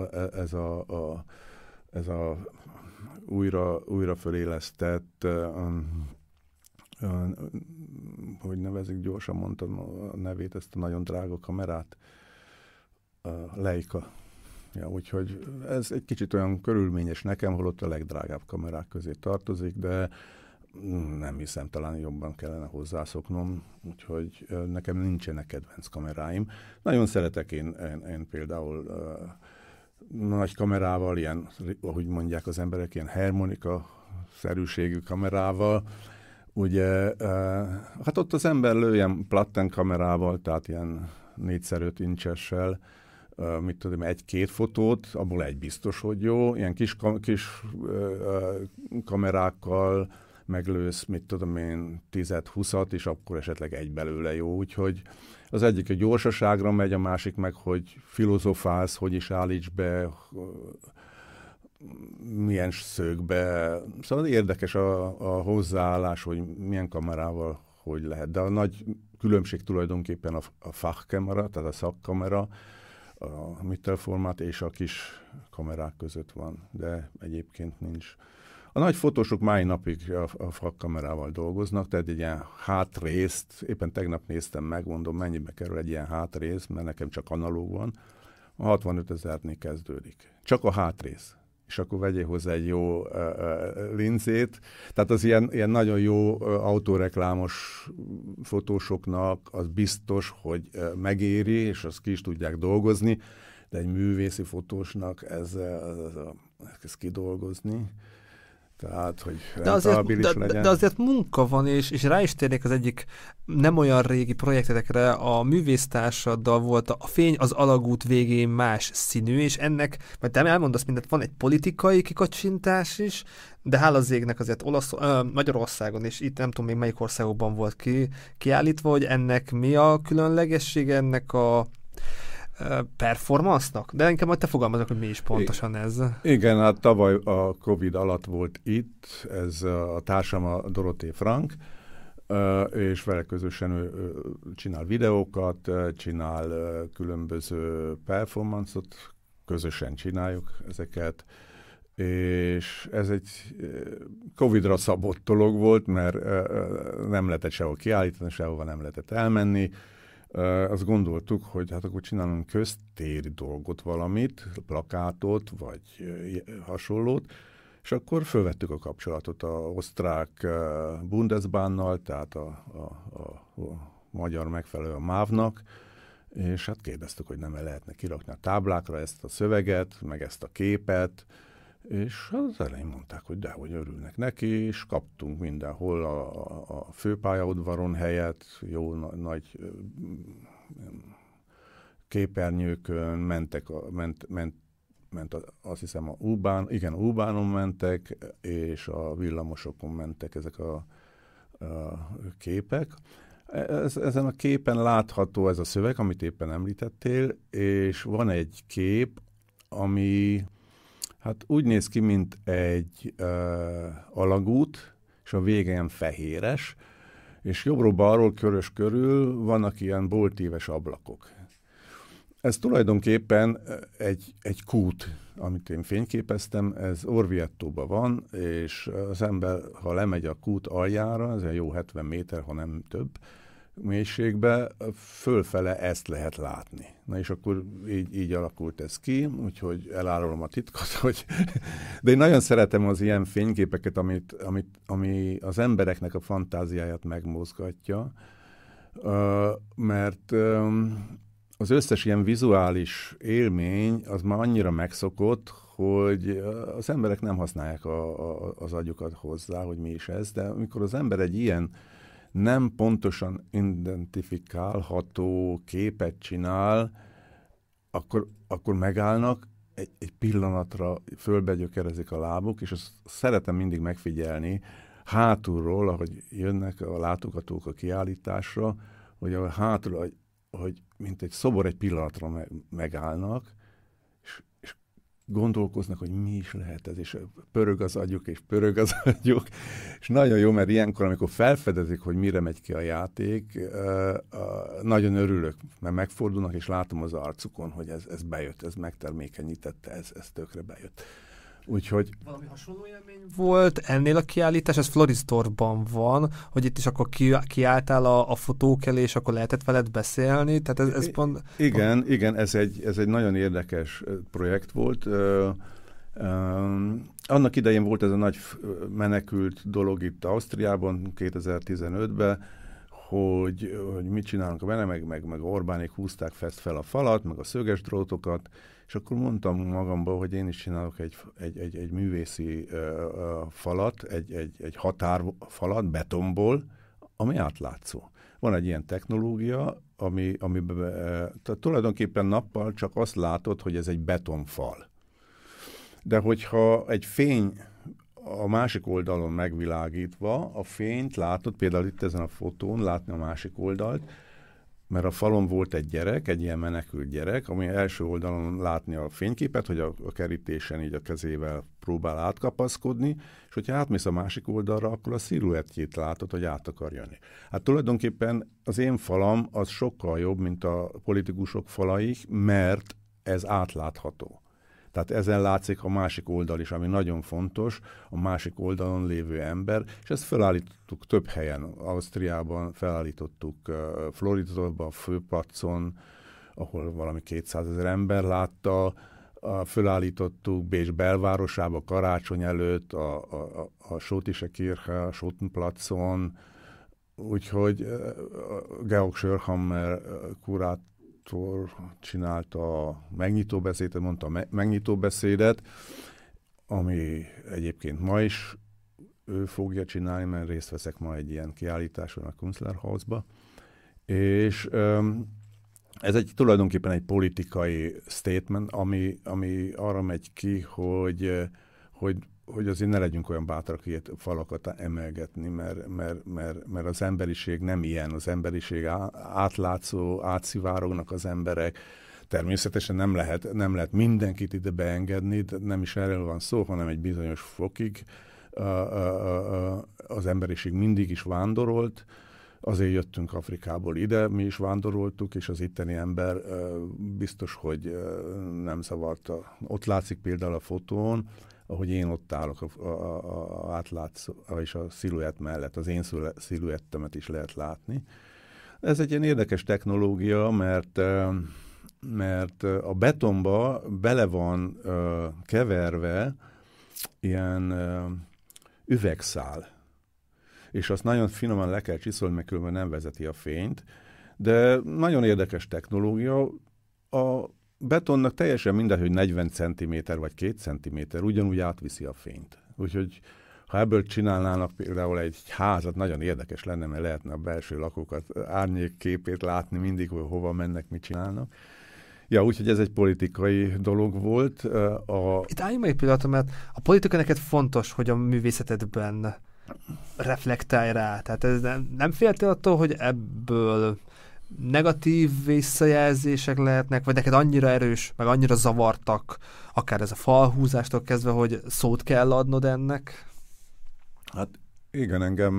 ez a újra fölélesztett, hogy nevezik, gyorsan mondtam a nevét, ezt a nagyon drága kamerát, Leica. Ja, úgyhogy ez egy kicsit olyan körülményes nekem, holott a legdrágább kamerák közé tartozik, de nem hiszem, talán jobban kellene hozzászoknom, úgyhogy nekem nincsenek kedvenc kameráim. Nagyon szeretek én például nagy kamerával, ilyen, ahogy mondják az emberek, ilyen harmonika-szerűségű kamerával. Ugye, hát ott az ember lő ilyen platten kamerával, tehát ilyen 4x5 incsessel, mit tudom, egy-két fotót, abból egy biztos, hogy jó, ilyen kis kamerákkal meglősz, mit tudom én, 10-20-at, és akkor esetleg egy belőle jó. Úgyhogy az egyik egy gyorsaságra megy, a másik meg, hogy filozofálsz, hogy is állíts be, milyen szögbe. Szóval érdekes a hozzáállás, hogy milyen kamerával hogy lehet. De a nagy különbség tulajdonképpen a fachkamera, tehát a szakkamera, a mittelformát és a kis kamerák között van, de egyébként nincs. A nagy fotósok mai napig a fachkamerával dolgoznak, tehát egy ilyen hátrészt, éppen tegnap néztem meg, mondom, mennyibe kerül egy ilyen hátrész, mert nekem csak analóg van, a 65 000-nél kezdődik. Csak a hátrész. És akkor vegyél hozzá egy jó linzét. Tehát az ilyen nagyon jó autóreklámos fotósoknak az biztos, hogy megéri, és azt ki is tudják dolgozni, de egy művészi fotósnak ez kidolgozni. Tehát, hogy rentabilis legyen. De azért munka van, és rá is térnék az egyik nem olyan régi projektetekre, a művésztársaddal volt a fény az alagút végén más színű, és ennek, mert te elmondasz mindent, van egy politikai kikacsintás is, de hála az égnek azért Magyarországon, és itt nem tudom még melyik országokban volt kiállítva, hogy ennek mi a különlegessége, ennek a performance-nak? De inkább majd te fogalmazok, hogy mi is pontosan ez. Igen, hát tavaly a Covid alatt volt itt, ez a társam a Dorothée Frank, és vele közösen ő csinál videókat, csinál különböző performance-ot, közösen csináljuk ezeket, és ez egy Covid-ra szabott dolog volt, mert nem lehetett sehol kiállítani, sehova nem lehetett elmenni. Azt gondoltuk, hogy hát akkor csinálunk köztéri dolgot, valamit, plakátot, vagy hasonlót, és akkor fölvettük a kapcsolatot a osztrák Bundesbahnnal, tehát a magyar megfelelő a MÁV-nak, és hát kérdeztük, hogy nem lehetne kirakni a táblákra ezt a szöveget, meg ezt a képet, és az elején mondták, hogy dehogy örülnek neki, és kaptunk mindenhol a főpályaudvaron helyet, jó nagy képernyőkön ment azt hiszem U-Bahnon mentek, és a villamosokon mentek ezek a képek. Ezen a képen látható ez a szöveg, amit éppen említettél, és van egy kép, ami hát úgy néz ki, mint egy alagút, és a vége ilyen fehéres, és jobbról-balról körös körül vannak ilyen boltíves ablakok. Ez tulajdonképpen egy kút, amit én fényképeztem, ez Orviettóban van, és az ember, ha lemegy a kút aljára, ez jó 70 méter, ha nem több mélységbe, fölfele ezt lehet látni. Na és akkor így alakult ez ki, úgyhogy elárulom a titkot, hogy... De én nagyon szeretem az ilyen fényképeket, ami az embereknek a fantáziáját megmozgatja, mert az összes ilyen vizuális élmény az már annyira megszokott, hogy az emberek nem használják az agyukat hozzá, hogy mi is ez, de amikor az ember egy ilyen nem pontosan identifikálható képet csinál, akkor megállnak, egy pillanatra fölbegyökerezik a lábuk, és azt szeretem mindig megfigyelni hátulról, ahogy jönnek a látogatók a kiállításra, hogy a hátul, hogy mint egy szobor egy pillanatra megállnak, és gondolkoznak, hogy mi is lehet ez, és pörög az agyuk, és nagyon jó, mert ilyenkor, amikor felfedezik, hogy mire megy ki a játék, nagyon örülök, mert megfordulnak, és látom az arcukon, hogy ez bejött, ez megtermékenyítette, ez tökre bejött. Úgyhogy... Valami hasonló élmény volt ennél a kiállítás, ez Floridsdorfban van, hogy itt is akkor kiálltál a fotók elé, és akkor lehetett veled beszélni, tehát ez pont... Igen, ez egy nagyon érdekes projekt volt. Annak idején volt ez a nagy menekült dolog itt Ausztriában 2015-ben, hogy mit csinálunk vele, meg Orbánék húzták fel a falat, meg a szöges drótokat, és akkor mondtam magamba, hogy én is csinálok egy művészi falat, egy határfalat betonból, ami átlátszó. van egy ilyen technológia, amiben tehát tulajdonképpen nappal csak azt látod, hogy ez egy betonfal. De hogyha egy fény a másik oldalon megvilágítva, a fényt látod, például itt ezen a fotón látni a másik oldalt, mert a falon volt egy gyerek, egy ilyen menekült gyerek, ami első oldalon látni a fényképet, hogy a kerítésen így a kezével próbál átkapaszkodni, és hogyha átmész a másik oldalra, akkor a sziluettjét látod, hogy át akar jönni. Hát tulajdonképpen az én falam az sokkal jobb, mint a politikusok falai, mert ez átlátható. Tehát ezen látszik a másik oldal is, ami nagyon fontos, a másik oldalon lévő ember, és ezt felállítottuk több helyen. Ausztriában felállítottuk, Floridában, a főplacon, ahol valami 200 000 ember látta, felállítottuk Bécs belvárosába karácsony előtt, a Schotische Kirche, a Schottenplacon, úgyhogy Georg Schörhammer kurátor csinálta a megnyitóbeszédet, mondta a megnyitóbeszédet, ami egyébként ma is ő fogja csinálni, mert részt veszek ma egy ilyen kiállításon a Kunstlerhausba. És ez tulajdonképpen egy politikai statement, ami arra megy ki, hogy azért ne legyünk olyan bátrak ilyet falakat emelgetni, mert az emberiség nem ilyen, az emberiség átlátszó, átszivárognak az emberek. Természetesen nem lehet mindenkit ide beengedni, de nem is erről van szó, hanem egy bizonyos fokig. Az emberiség mindig is vándorolt, azért jöttünk Afrikából ide, mi is vándoroltuk, és az itteni ember biztos, hogy nem zavarta. Ott látszik például a fotón, ahogy én ott állok a átlátszó és a sziluett mellett, az én sziluettemet is lehet látni. Ez egy ilyen érdekes technológia, mert a betonba bele van keverve ilyen üvegszál, és azt nagyon finoman le kell csiszolni, mert különben nem vezeti a fényt, de nagyon érdekes technológia. A betonnak teljesen mindegy, hogy 40 cm vagy 2 cm, ugyanúgy átviszi a fényt. Úgyhogy ha ebből csinálnának például egy házat, nagyon érdekes lenne, mert lehetne a belső lakókat árnyékképét látni mindig, hogy hova mennek, mit csinálnak. Ja, úgyhogy ez egy politikai dolog volt. Itt álljunk meg egy pillanatra, mert a politika neked fontos, hogy a művészetedben reflektálj rá. Tehát ez nem féltél attól, hogy ebből negatív visszajelzések lehetnek, vagy neked annyira erős, meg annyira zavartak, akár ez a falhúzástól kezdve, hogy szót kell adnod ennek? Hát igen, engem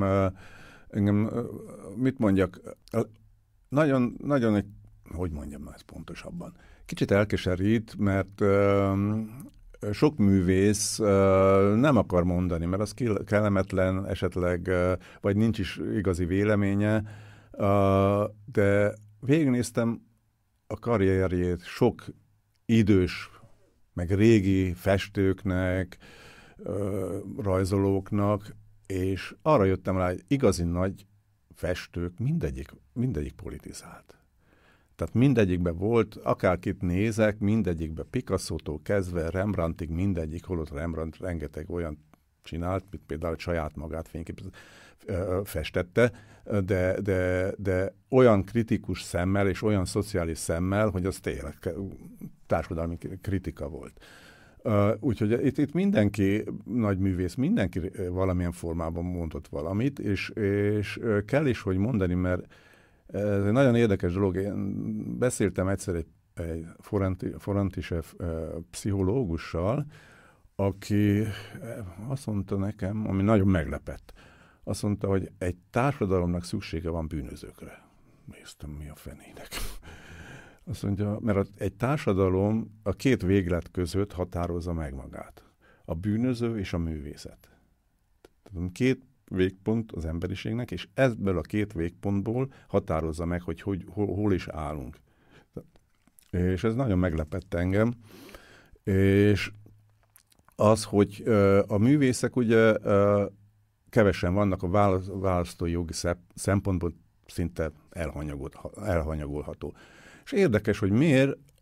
mit mondjak, nagyon, hogy mondjam ezt pontosabban, kicsit elkeserít, mert sok művész nem akar mondani, mert az kellemetlen esetleg, vagy nincs is igazi véleménye, de végignéztem a karrierjét sok idős, meg régi festőknek, rajzolóknak, és arra jöttem rá, hogy igazi nagy festők mindegyik politizált. Tehát mindegyikben volt, akárkit nézek, mindegyikben Picasso-tól kezdve Rembrandtig mindegyik, holott Rembrandt rengeteg olyan csinált, mint például saját magát festette, de olyan kritikus szemmel és olyan szociális szemmel, hogy az tényleg társadalmi kritika volt. Úgyhogy itt mindenki nagy művész, mindenki valamilyen formában mondott valamit, és kell is, hogy mondani, mert ez egy nagyon érdekes dolog. Én beszéltem egyszer egy Forantisev pszichológussal, aki azt mondta nekem, ami nagyon meglepett, azt mondta, hogy egy társadalomnak szüksége van bűnözőkre. Néztem, mi a fenének. Azt mondja, mert egy társadalom a két véglet között határozza meg magát. A bűnöző és a művészet. Tehát két végpont az emberiségnek, és ebből a két végpontból határozza meg, hogy hol is állunk. És ez nagyon meglepett engem. És az, hogy a művészek ugye kevesen vannak, a választói jogi szempontból szinte elhanyagolható. És érdekes, hogy miért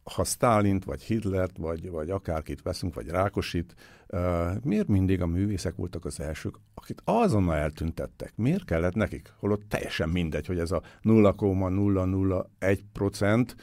ha Sztálint, vagy Hitlert, vagy akárkit veszünk, vagy Rákosit, miért mindig a művészek voltak az elsők, akit azonnal eltüntettek? Miért kellett nekik? Holott teljesen mindegy, hogy ez a 0,001%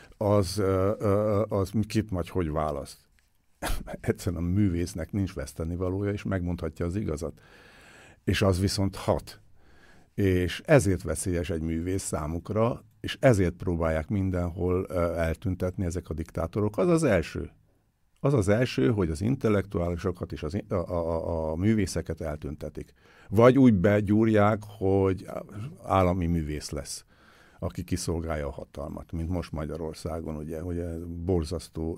az kit vagy hogy választ. Egyszerűen a művésznek nincs vesztenivalója, és megmondhatja az igazat. És az viszont hat. És ezért veszélyes egy művész számukra, és ezért próbálják mindenhol eltüntetni ezek a diktátorok. Az az első, hogy az intellektuálisokat és a művészeket eltüntetik. Vagy úgy begyúrják, hogy állami művész lesz, aki kiszolgálja a hatalmat, mint most Magyarországon, ugye borzasztó,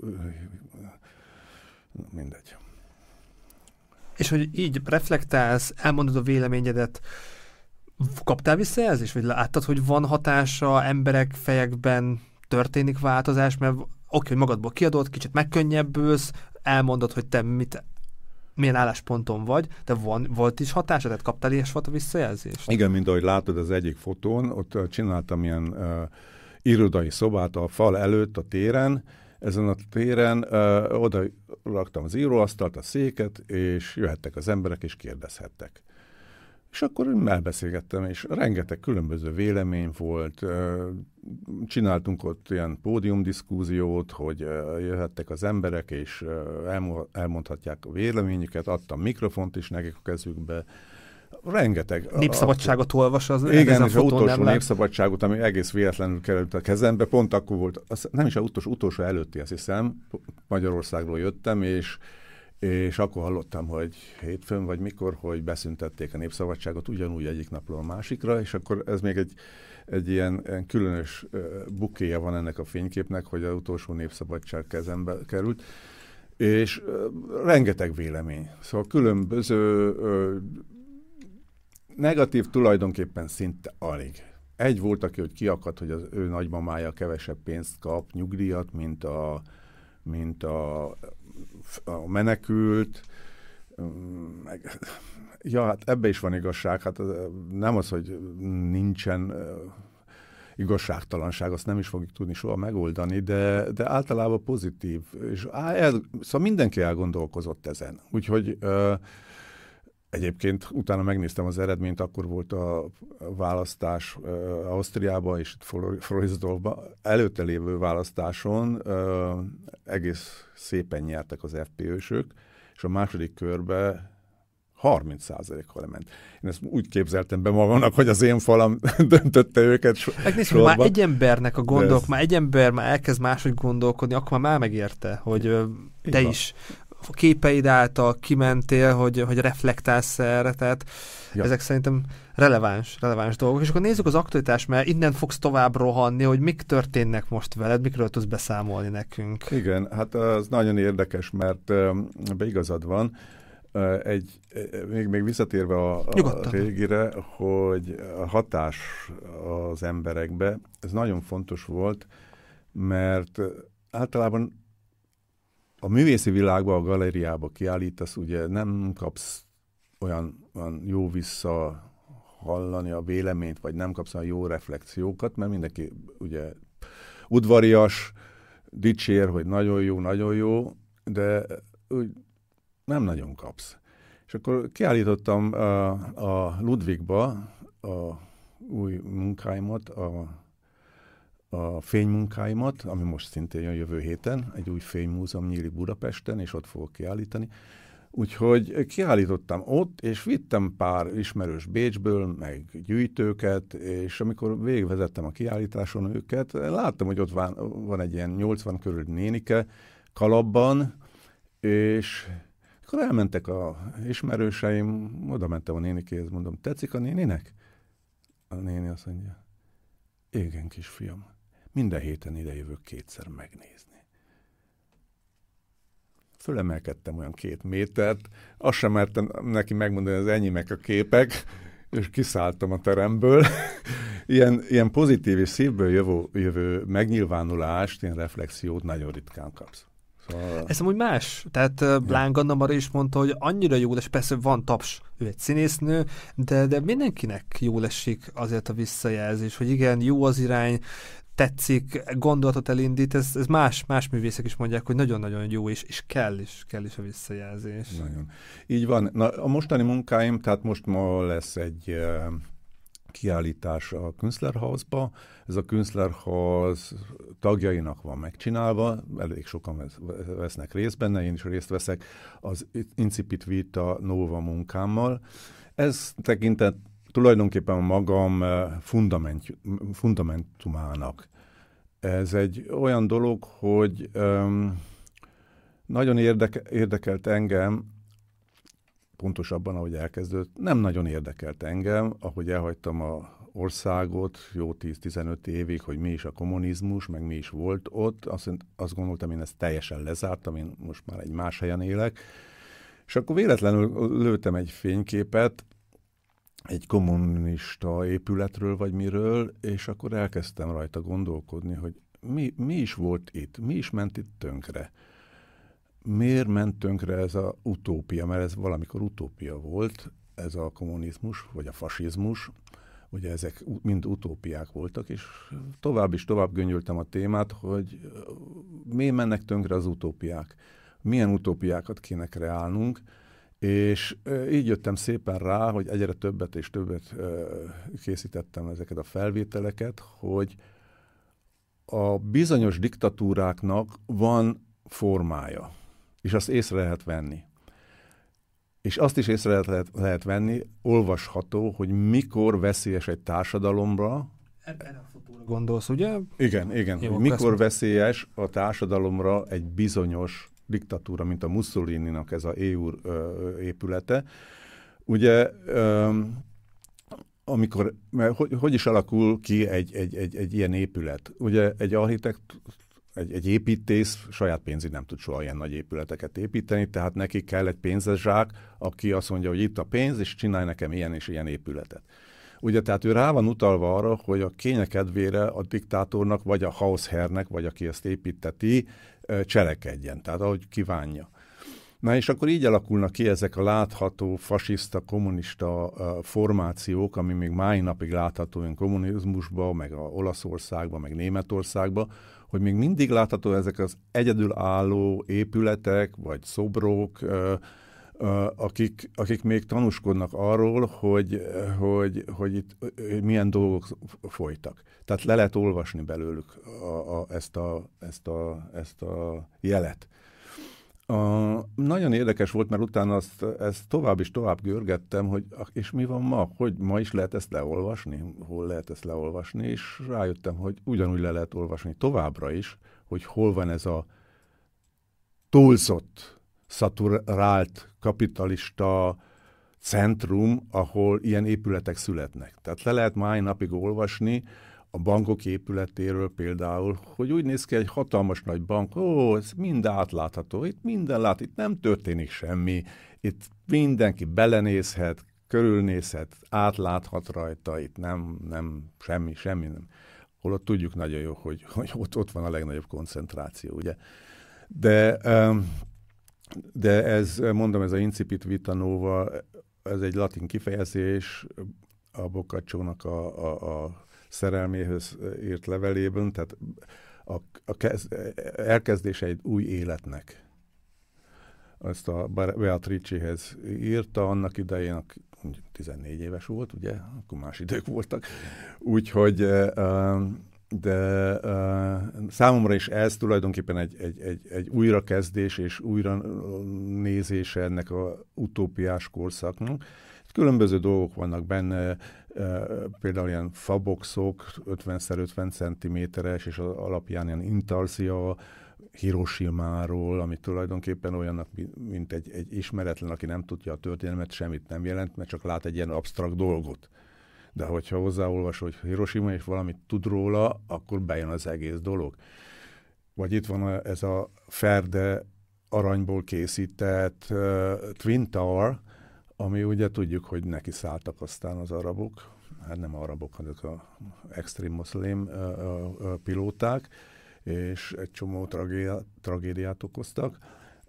mindegy. És hogy így reflektálsz, elmondod a véleményedet, kaptál visszajelzést? Vagy láttad, hogy van hatása, emberek fejekben történik változás, mert oké, hogy magadból kiadod, kicsit megkönnyebbülsz, elmondod, hogy te milyen állásponton vagy, de volt is hatása? Tehát kaptál ilyesfajta visszajelzést? Igen, mint ahogy látod az egyik fotón, ott csináltam ilyen irodai szobát a fal előtt a téren, ezen a téren oda raktam az íróasztalt, a széket, és jöhettek az emberek, és kérdezhettek. És akkor elbeszélgettem, és rengeteg különböző vélemény volt. Csináltunk ott ilyen pódiumdiszkúziót, hogy jöhettek az emberek, és elmondhatják a véleményüket. Adtam mikrofont is nekik a kezükbe. Rengeteg. Népszabadságot olvas az. Igen, és az utolsó Népszabadságot, ami egész véletlenül került a kezembe, pont akkor volt, nem is az utolsó előtti, azt hiszem, Magyarországról jöttem, és akkor hallottam, hogy hétfőn vagy mikor, hogy beszüntették a Népszabadságot ugyanúgy egyik napról a másikra, és akkor ez még egy ilyen különös bukéja van ennek a fényképnek, hogy az utolsó Népszabadság kezembe került, és rengeteg vélemény. Szóval különböző negatív tulajdonképpen szinte alig. Egy volt, aki hogy kiakadt, hogy az ő nagymamája kevesebb pénzt kap, nyugdíjat, mint a menekült. Ja, hát ebbe is van igazság. Hát nem az, hogy nincsen igazságtalanság, azt nem is fogjuk tudni soha megoldani, de általában pozitív. És szóval mindenki elgondolkozott ezen. Úgyhogy egyébként utána megnéztem az eredményt, akkor volt a választás Ausztriában és Floridsdorfban. Előtte lévő választáson egész szépen nyertek az FPÖ-sök, és a második körbe 30%-kal lement. Én ezt úgy képzeltem be magamnak, hogy az én falam döntötte őket sorba. Már egy embernek a gondok, már egy ember már elkezd máshogy gondolkodni, akkor már megérte, hogy te is a képeid által kimentél, hogy reflektálsz erre, tehát ezek szerintem releváns dolgok. És akkor nézzük az aktualitást, mert innen fogsz tovább rohanni, hogy mik történnek most veled, mikről tudsz beszámolni nekünk. Igen, hát az nagyon érdekes, mert igazad van. Még visszatérve a régire, hogy a hatás az emberekbe, ez nagyon fontos volt, mert általában a művészi világban, a galériába kiállítasz, ugye nem kapsz olyan jó visszahallani a véleményt, vagy nem kapsz olyan jó reflexiókat, mert mindenki ugye udvarias, dicsér, hogy nagyon jó, de úgy nem nagyon kapsz. És akkor kiállítottam a Ludwigba a új munkáimat, a fénymunkáimat, ami most szintén jön jövő héten, egy új fénymúzeum nyílik Budapesten, és ott fogok kiállítani. Úgyhogy kiállítottam ott, és vittem pár ismerős Bécsből, meg gyűjtőket, és amikor végigvezettem a kiállításon őket, láttam, hogy ott van egy ilyen 80 körül nénike kalapban, és akkor elmentek a ismerőseim, oda mentem a nénikéhez, mondom, tetszik a néninek? A néni azt mondja, igen, kisfiam, minden héten ide jövök 2-szer megnézni. Fölemelkedtem olyan 2 métert, azt sem mertem neki megmondani, az enyémek a képek, és kiszálltam a teremből. Ilyen pozitív és szívből jövő megnyilvánulást, ilyen reflexiót nagyon ritkán kapsz. Szóval... Ez amúgy más. Tehát Láng Anna Mari is mondta, hogy annyira jó, és persze van taps, ő egy színésznő, de mindenkinek jól esik azért a visszajelzés, hogy igen, jó az irány, tetszik, gondolatot elindít, ez más művészek is mondják, hogy nagyon-nagyon jó, és kell is a visszajelzés. Nagyon. Így van. Na, a mostani munkáim, tehát most ma lesz egy kiállítás a Künstlerhausba. Ez a Künstlerhaus tagjainak van megcsinálva, elég sokan vesznek részt benne, én is részt veszek az Incipit Vita Nova munkámmal. Ez tekintett tulajdonképpen a magam fundamentumának. Ez egy olyan dolog, hogy nagyon érdekelt engem, pontosabban, ahogy elkezdődött, nem nagyon érdekelt engem, ahogy elhagytam a országot jó 10-15 évig, hogy mi is a kommunizmus, meg mi is volt ott. Azt gondoltam, én ezt teljesen lezártam, én most már egy más helyen élek. És akkor véletlenül lőttem egy fényképet, egy kommunista épületről, vagy miről, és akkor elkezdtem rajta gondolkodni, hogy mi is volt itt, mi is ment itt tönkre. Miért ment tönkre ez a utópia, mert ez valamikor utópia volt, ez a kommunizmus, vagy a fasizmus, ugye ezek mind utópiák voltak, és tovább is tovább göngyöltem a témát, hogy miért mennek tönkre az utópiák, milyen utópiákat kéne kreálnunk, és így jöttem szépen rá, hogy egyre többet és többet készítettem ezeket a felvételeket, hogy a bizonyos diktatúráknak van formája, és azt észre lehet venni. És azt is észre lehet venni, olvasható, hogy mikor veszélyes egy társadalomra. Erre a fotóra gondolsz, ugye? Igen. Jó, mikor veszélyes a társadalomra egy bizonyos diktatúra, mint a Mussolininak ez a EU épülete. Ugye, amikor, hogy is alakul ki egy ilyen épület? Ugye egy architekt, egy építész saját pénzig nem tud soha ilyen nagy épületeket építeni, tehát neki kell egy pénzes-zsák, aki azt mondja, hogy itt a pénz, és csinálj nekem ilyen és ilyen épületet. Ugye, tehát ő rá van utalva arra, hogy a kénye kedvére a diktátornak, vagy a Hausherrnek, vagy aki ezt építeti, cselekedjen, tehát ahogy kívánja. Na és akkor így alakulnak ki ezek a látható fasiszta, kommunista formációk, ami még mai napig látható olyan kommunizmusban, meg a Olaszországban, meg Németországban, hogy még mindig látható ezek az egyedülálló épületek, vagy szobrok, akik még tanúskodnak arról, hogy itt milyen dolgok folytak. Tehát le lehet olvasni belőlük ezt a jelet. Nagyon érdekes volt, mert utána ezt tovább és tovább görgettem, hogy és mi van ma? Hogy ma is lehet ezt leolvasni? Hol lehet ezt leolvasni? És rájöttem, hogy ugyanúgy le lehet olvasni továbbra is, hogy hol van ez a túlzott, szaturált, kapitalista centrum, ahol ilyen épületek születnek. Tehát le lehet mai napig olvasni a bankok épületéről például, hogy úgy néz ki egy hatalmas nagy bank, ez mind átlátható, itt minden lát, itt nem történik semmi, itt mindenki belenézhet, körülnézhet, átláthat rajta, itt nem semmi nem. Holott tudjuk nagyon jó, hogy ott van a legnagyobb koncentráció, ugye. De ez, mondom, ez a Incipit Vita Nova, ez egy latin kifejezés, a Boccacciónak a szerelméhöz írt levelében, tehát elkezdése egy új életnek. Ezt a Beatricehez írta annak idején, 14 éves volt, ugye? Akkor más idők voltak. Úgyhogy de számomra is ez tulajdonképpen egy újrakezdés és újra nézése ennek a utópiás korszaknak. Különböző dolgok vannak benne, például ilyen faboxok, 50x50 cm-es, és az alapján ilyen intarsia Hiroshimáról, ami tulajdonképpen olyannak, mint egy ismeretlen, aki nem tudja a történelmet, semmit nem jelent, mert csak lát egy ilyen absztrakt dolgot. De hogyha hozzáolvas, hogy Hiroshima és valamit tud róla, akkor bejön az egész dolog. Vagy itt van ez a ferde aranyból készített Twin Tower, ami ugye tudjuk, hogy neki szálltak aztán az arabok, hát nem arabok, hanem a extrém muszlim pilóták, és egy csomó tragédiát okoztak.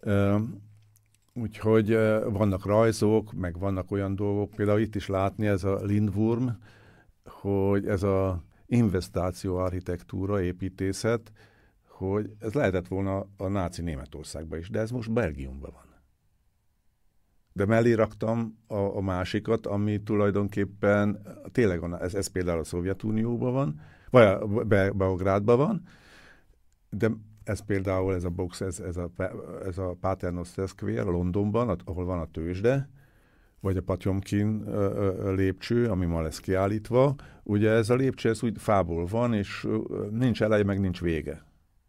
Úgyhogy vannak rajzok, meg vannak olyan dolgok, például itt is látni ez a Lindwurm, hogy ez a investáció architektúra, építészet, hogy ez lehetett volna a náci Németországban is, de ez most Belgiumban van. De mellé raktam a másikat, ami tulajdonképpen tényleg ez például a Szovjetunióban van, vagy a Beográdban van, de ez például ez a box, ez a Paternoster Square Londonban, ahol van a tőzsde, vagy a Potyomkin lépcső, ami ma lesz kiállítva. Ugye ez a lépcső, ez úgy fából van, és nincs eleje, meg nincs vége.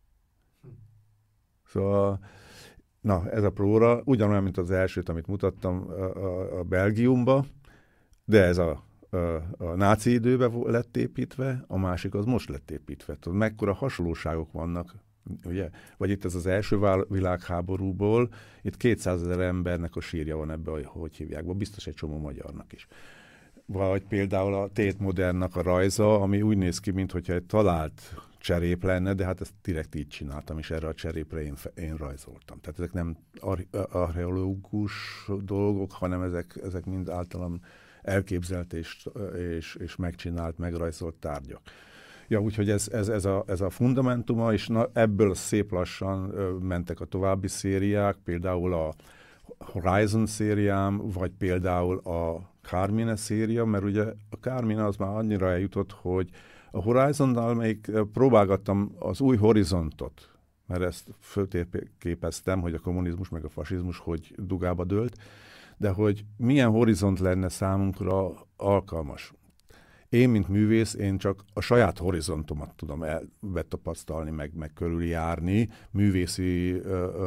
Szóval, na, ez a próra ugyanolyan, mint az elsőt, amit mutattam a Belgiumba, de ez a náci időben lett építve, a másik az most lett építve. Tudod, mekkora hasonlóságok vannak, ugye? Vagy itt ez az első világháborúból, itt 200 000 embernek a sírja van ebbe, hogy hívják, biztos egy csomó magyarnak is. Vagy például a Tate Modernnak a rajza, ami úgy néz ki, mintha egy talált cserép lenne, de hát ezt direkt így csináltam, és erre a cserépre én rajzoltam. Tehát ezek nem archeológus dolgok, hanem ezek mind általam elképzelt és megcsinált, megrajzolt tárgyak. Ja, úgyhogy ez a fundamentuma, és ebből szép lassan mentek a további szériák, például a Horizon szériám, vagy például a Carmine széria, mert ugye a Carmine az már annyira eljutott, hogy a Horizonnal még próbálgattam az új horizontot, mert ezt föltérképeztem, hogy a kommunizmus meg a fasizmus hogy dugába dőlt, de hogy milyen horizont lenne számunkra alkalmas. Én, mint művész, én csak a saját horizontomat tudom betapasztalni, meg körüljárni művészi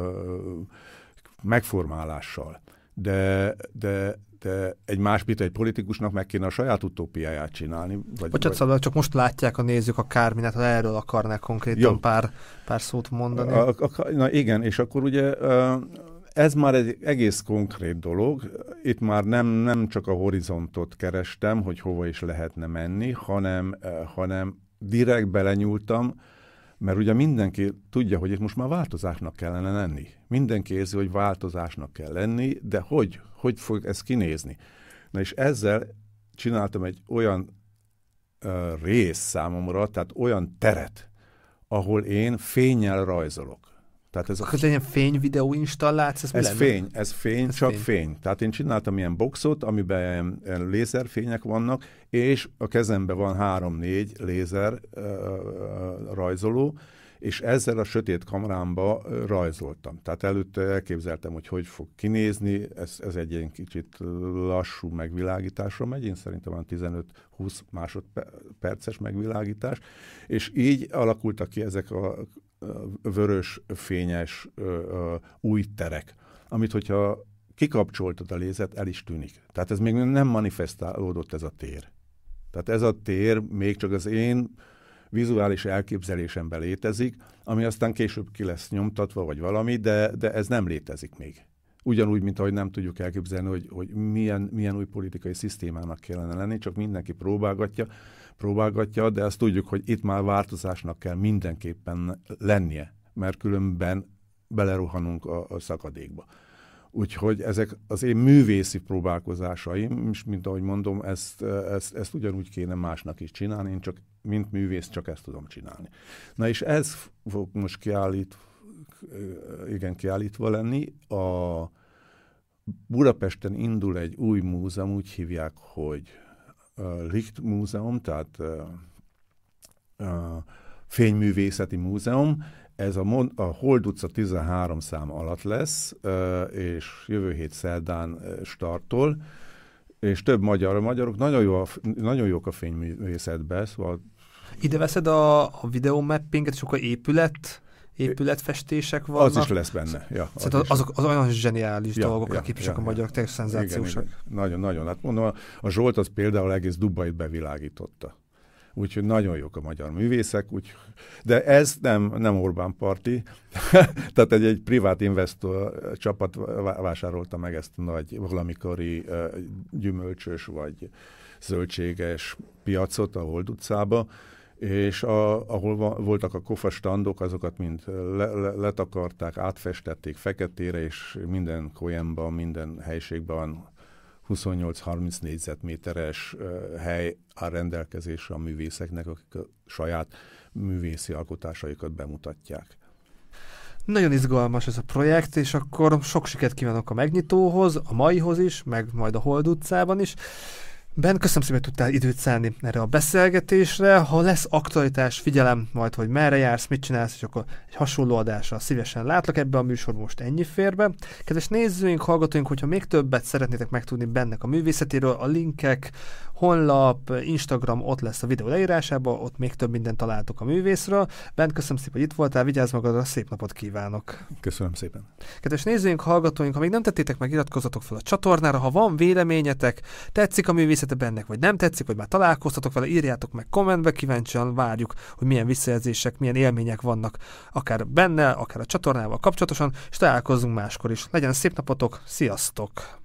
megformálással. De egy politikusnak meg kéne a saját utópiáját csinálni. Bocsánat, csak most látják a nézők a Carminát, ha erről akarnák konkrétan pár szót mondani. Na igen, és akkor ugye ez már egy egész konkrét dolog. Itt már nem csak a horizontot kerestem, hogy hova is lehetne menni, hanem direkt belenyúltam, mert ugye mindenki tudja, hogy itt most már változásnak kellene lenni. Mindenki érzi, hogy változásnak kell lenni, de hogy fog ez kinézni? Na és ezzel csináltam egy olyan rész számomra, tehát olyan teret, ahol én fénnyel rajzolok. Tehát ez akkor legyen fény-videó installáció? Ez fény, csak fény. Tehát én csináltam ilyen boxot, amiben ilyen lézerfények vannak, és a kezemben van 3-4 lézer rajzoló, és ezzel a sötét kamrámba rajzoltam. Tehát előtte elképzeltem, hogy fog kinézni, ez egy ilyen kicsit lassú megvilágításra megy, én szerintem van 15-20 másodperces megvilágítás, és így alakultak ki ezek a vörös, fényes új terek, amit hogyha kikapcsoltad a lézert, el is tűnik. Tehát ez még nem manifestálódott ez a tér. Tehát ez a tér még csak az én vizuális elképzelésemben létezik, ami aztán később ki lesz nyomtatva, vagy valami, de ez nem létezik még. Ugyanúgy, mint ahogy nem tudjuk elképzelni, hogy milyen új politikai szisztémának kellene lenni, csak mindenki próbálgatja, de azt tudjuk, hogy itt már változásnak kell mindenképpen lennie, mert különben belerohanunk a szakadékba. Úgyhogy ezek az én művészi próbálkozásaim, és mint ahogy mondom, ezt ugyanúgy kéne másnak is csinálni, én csak, mint művész, csak ezt tudom csinálni. Na és ez fog most kiállítva lenni. A Budapesten indul egy új múzeum, úgy hívják, hogy Licht Múzeum, tehát Fényművészeti Múzeum. Ez a Hold utca 13 szám alatt lesz, és jövő hét szerdán startol, és több magyarok nagyon jók a fényművészetben. Szóval ide veszed a videómappinget, és akkor épületfestések vannak. Az is lesz benne. Ja, azok olyan zseniális dolgok, képesek a magyarok, tényleg szenzációsak. Nagyon. Hát mondom, a Zsolt az például egész Dubait bevilágította. Úgyhogy nagyon jók a magyar művészek, de ez nem Orbán parti, tehát egy privát investor csapat vásárolta meg ezt a nagy valamikori gyümölcsös vagy zöldséges piacot a Hold utcába, és ahol voltak a kofastandok, azokat mind letakarták, átfestették feketére, és minden kolyemban, minden helységben 28-30 négyzetméteres hely áll rendelkezésre a művészeknek, akik a saját művészi alkotásaikat bemutatják. Nagyon izgalmas ez a projekt, és akkor sok sikert kívánok a megnyitóhoz, a maihoz is, meg majd a Hold utcában is. Ben, köszönöm szépen, hogy tudtál időt szállni erre a beszélgetésre. Ha lesz aktualitás, figyelem majd, hogy merre jársz, mit csinálsz, és akkor egy hasonló adásra szívesen látlak. Ebbe a műsor most ennyi fér be. Kedves nézőink, hallgatóink, hogyha még többet szeretnétek megtudni bennek a művészetéről, a linkek, honlap, Instagram ott lesz a videó leírásában, ott még több mindent találtok a művészről. Ben, köszönöm szépen, hogy itt voltál, vigyázz magadra, szép napot kívánok! Köszönöm szépen! Kedves nézőink, hallgatóink, ha még nem tettétek meg, iratkozzatok fel a csatornára, ha van véleményetek, tetszik a művészete bennek, vagy nem tetszik, vagy már találkoztatok vele, írjátok meg kommentbe, kíváncsian várjuk, hogy milyen visszajelzések, milyen élmények vannak akár benne, akár a csatornával kapcsolatosan, és találkozzunk máskor is. Legyen szép napotok, sziasztok!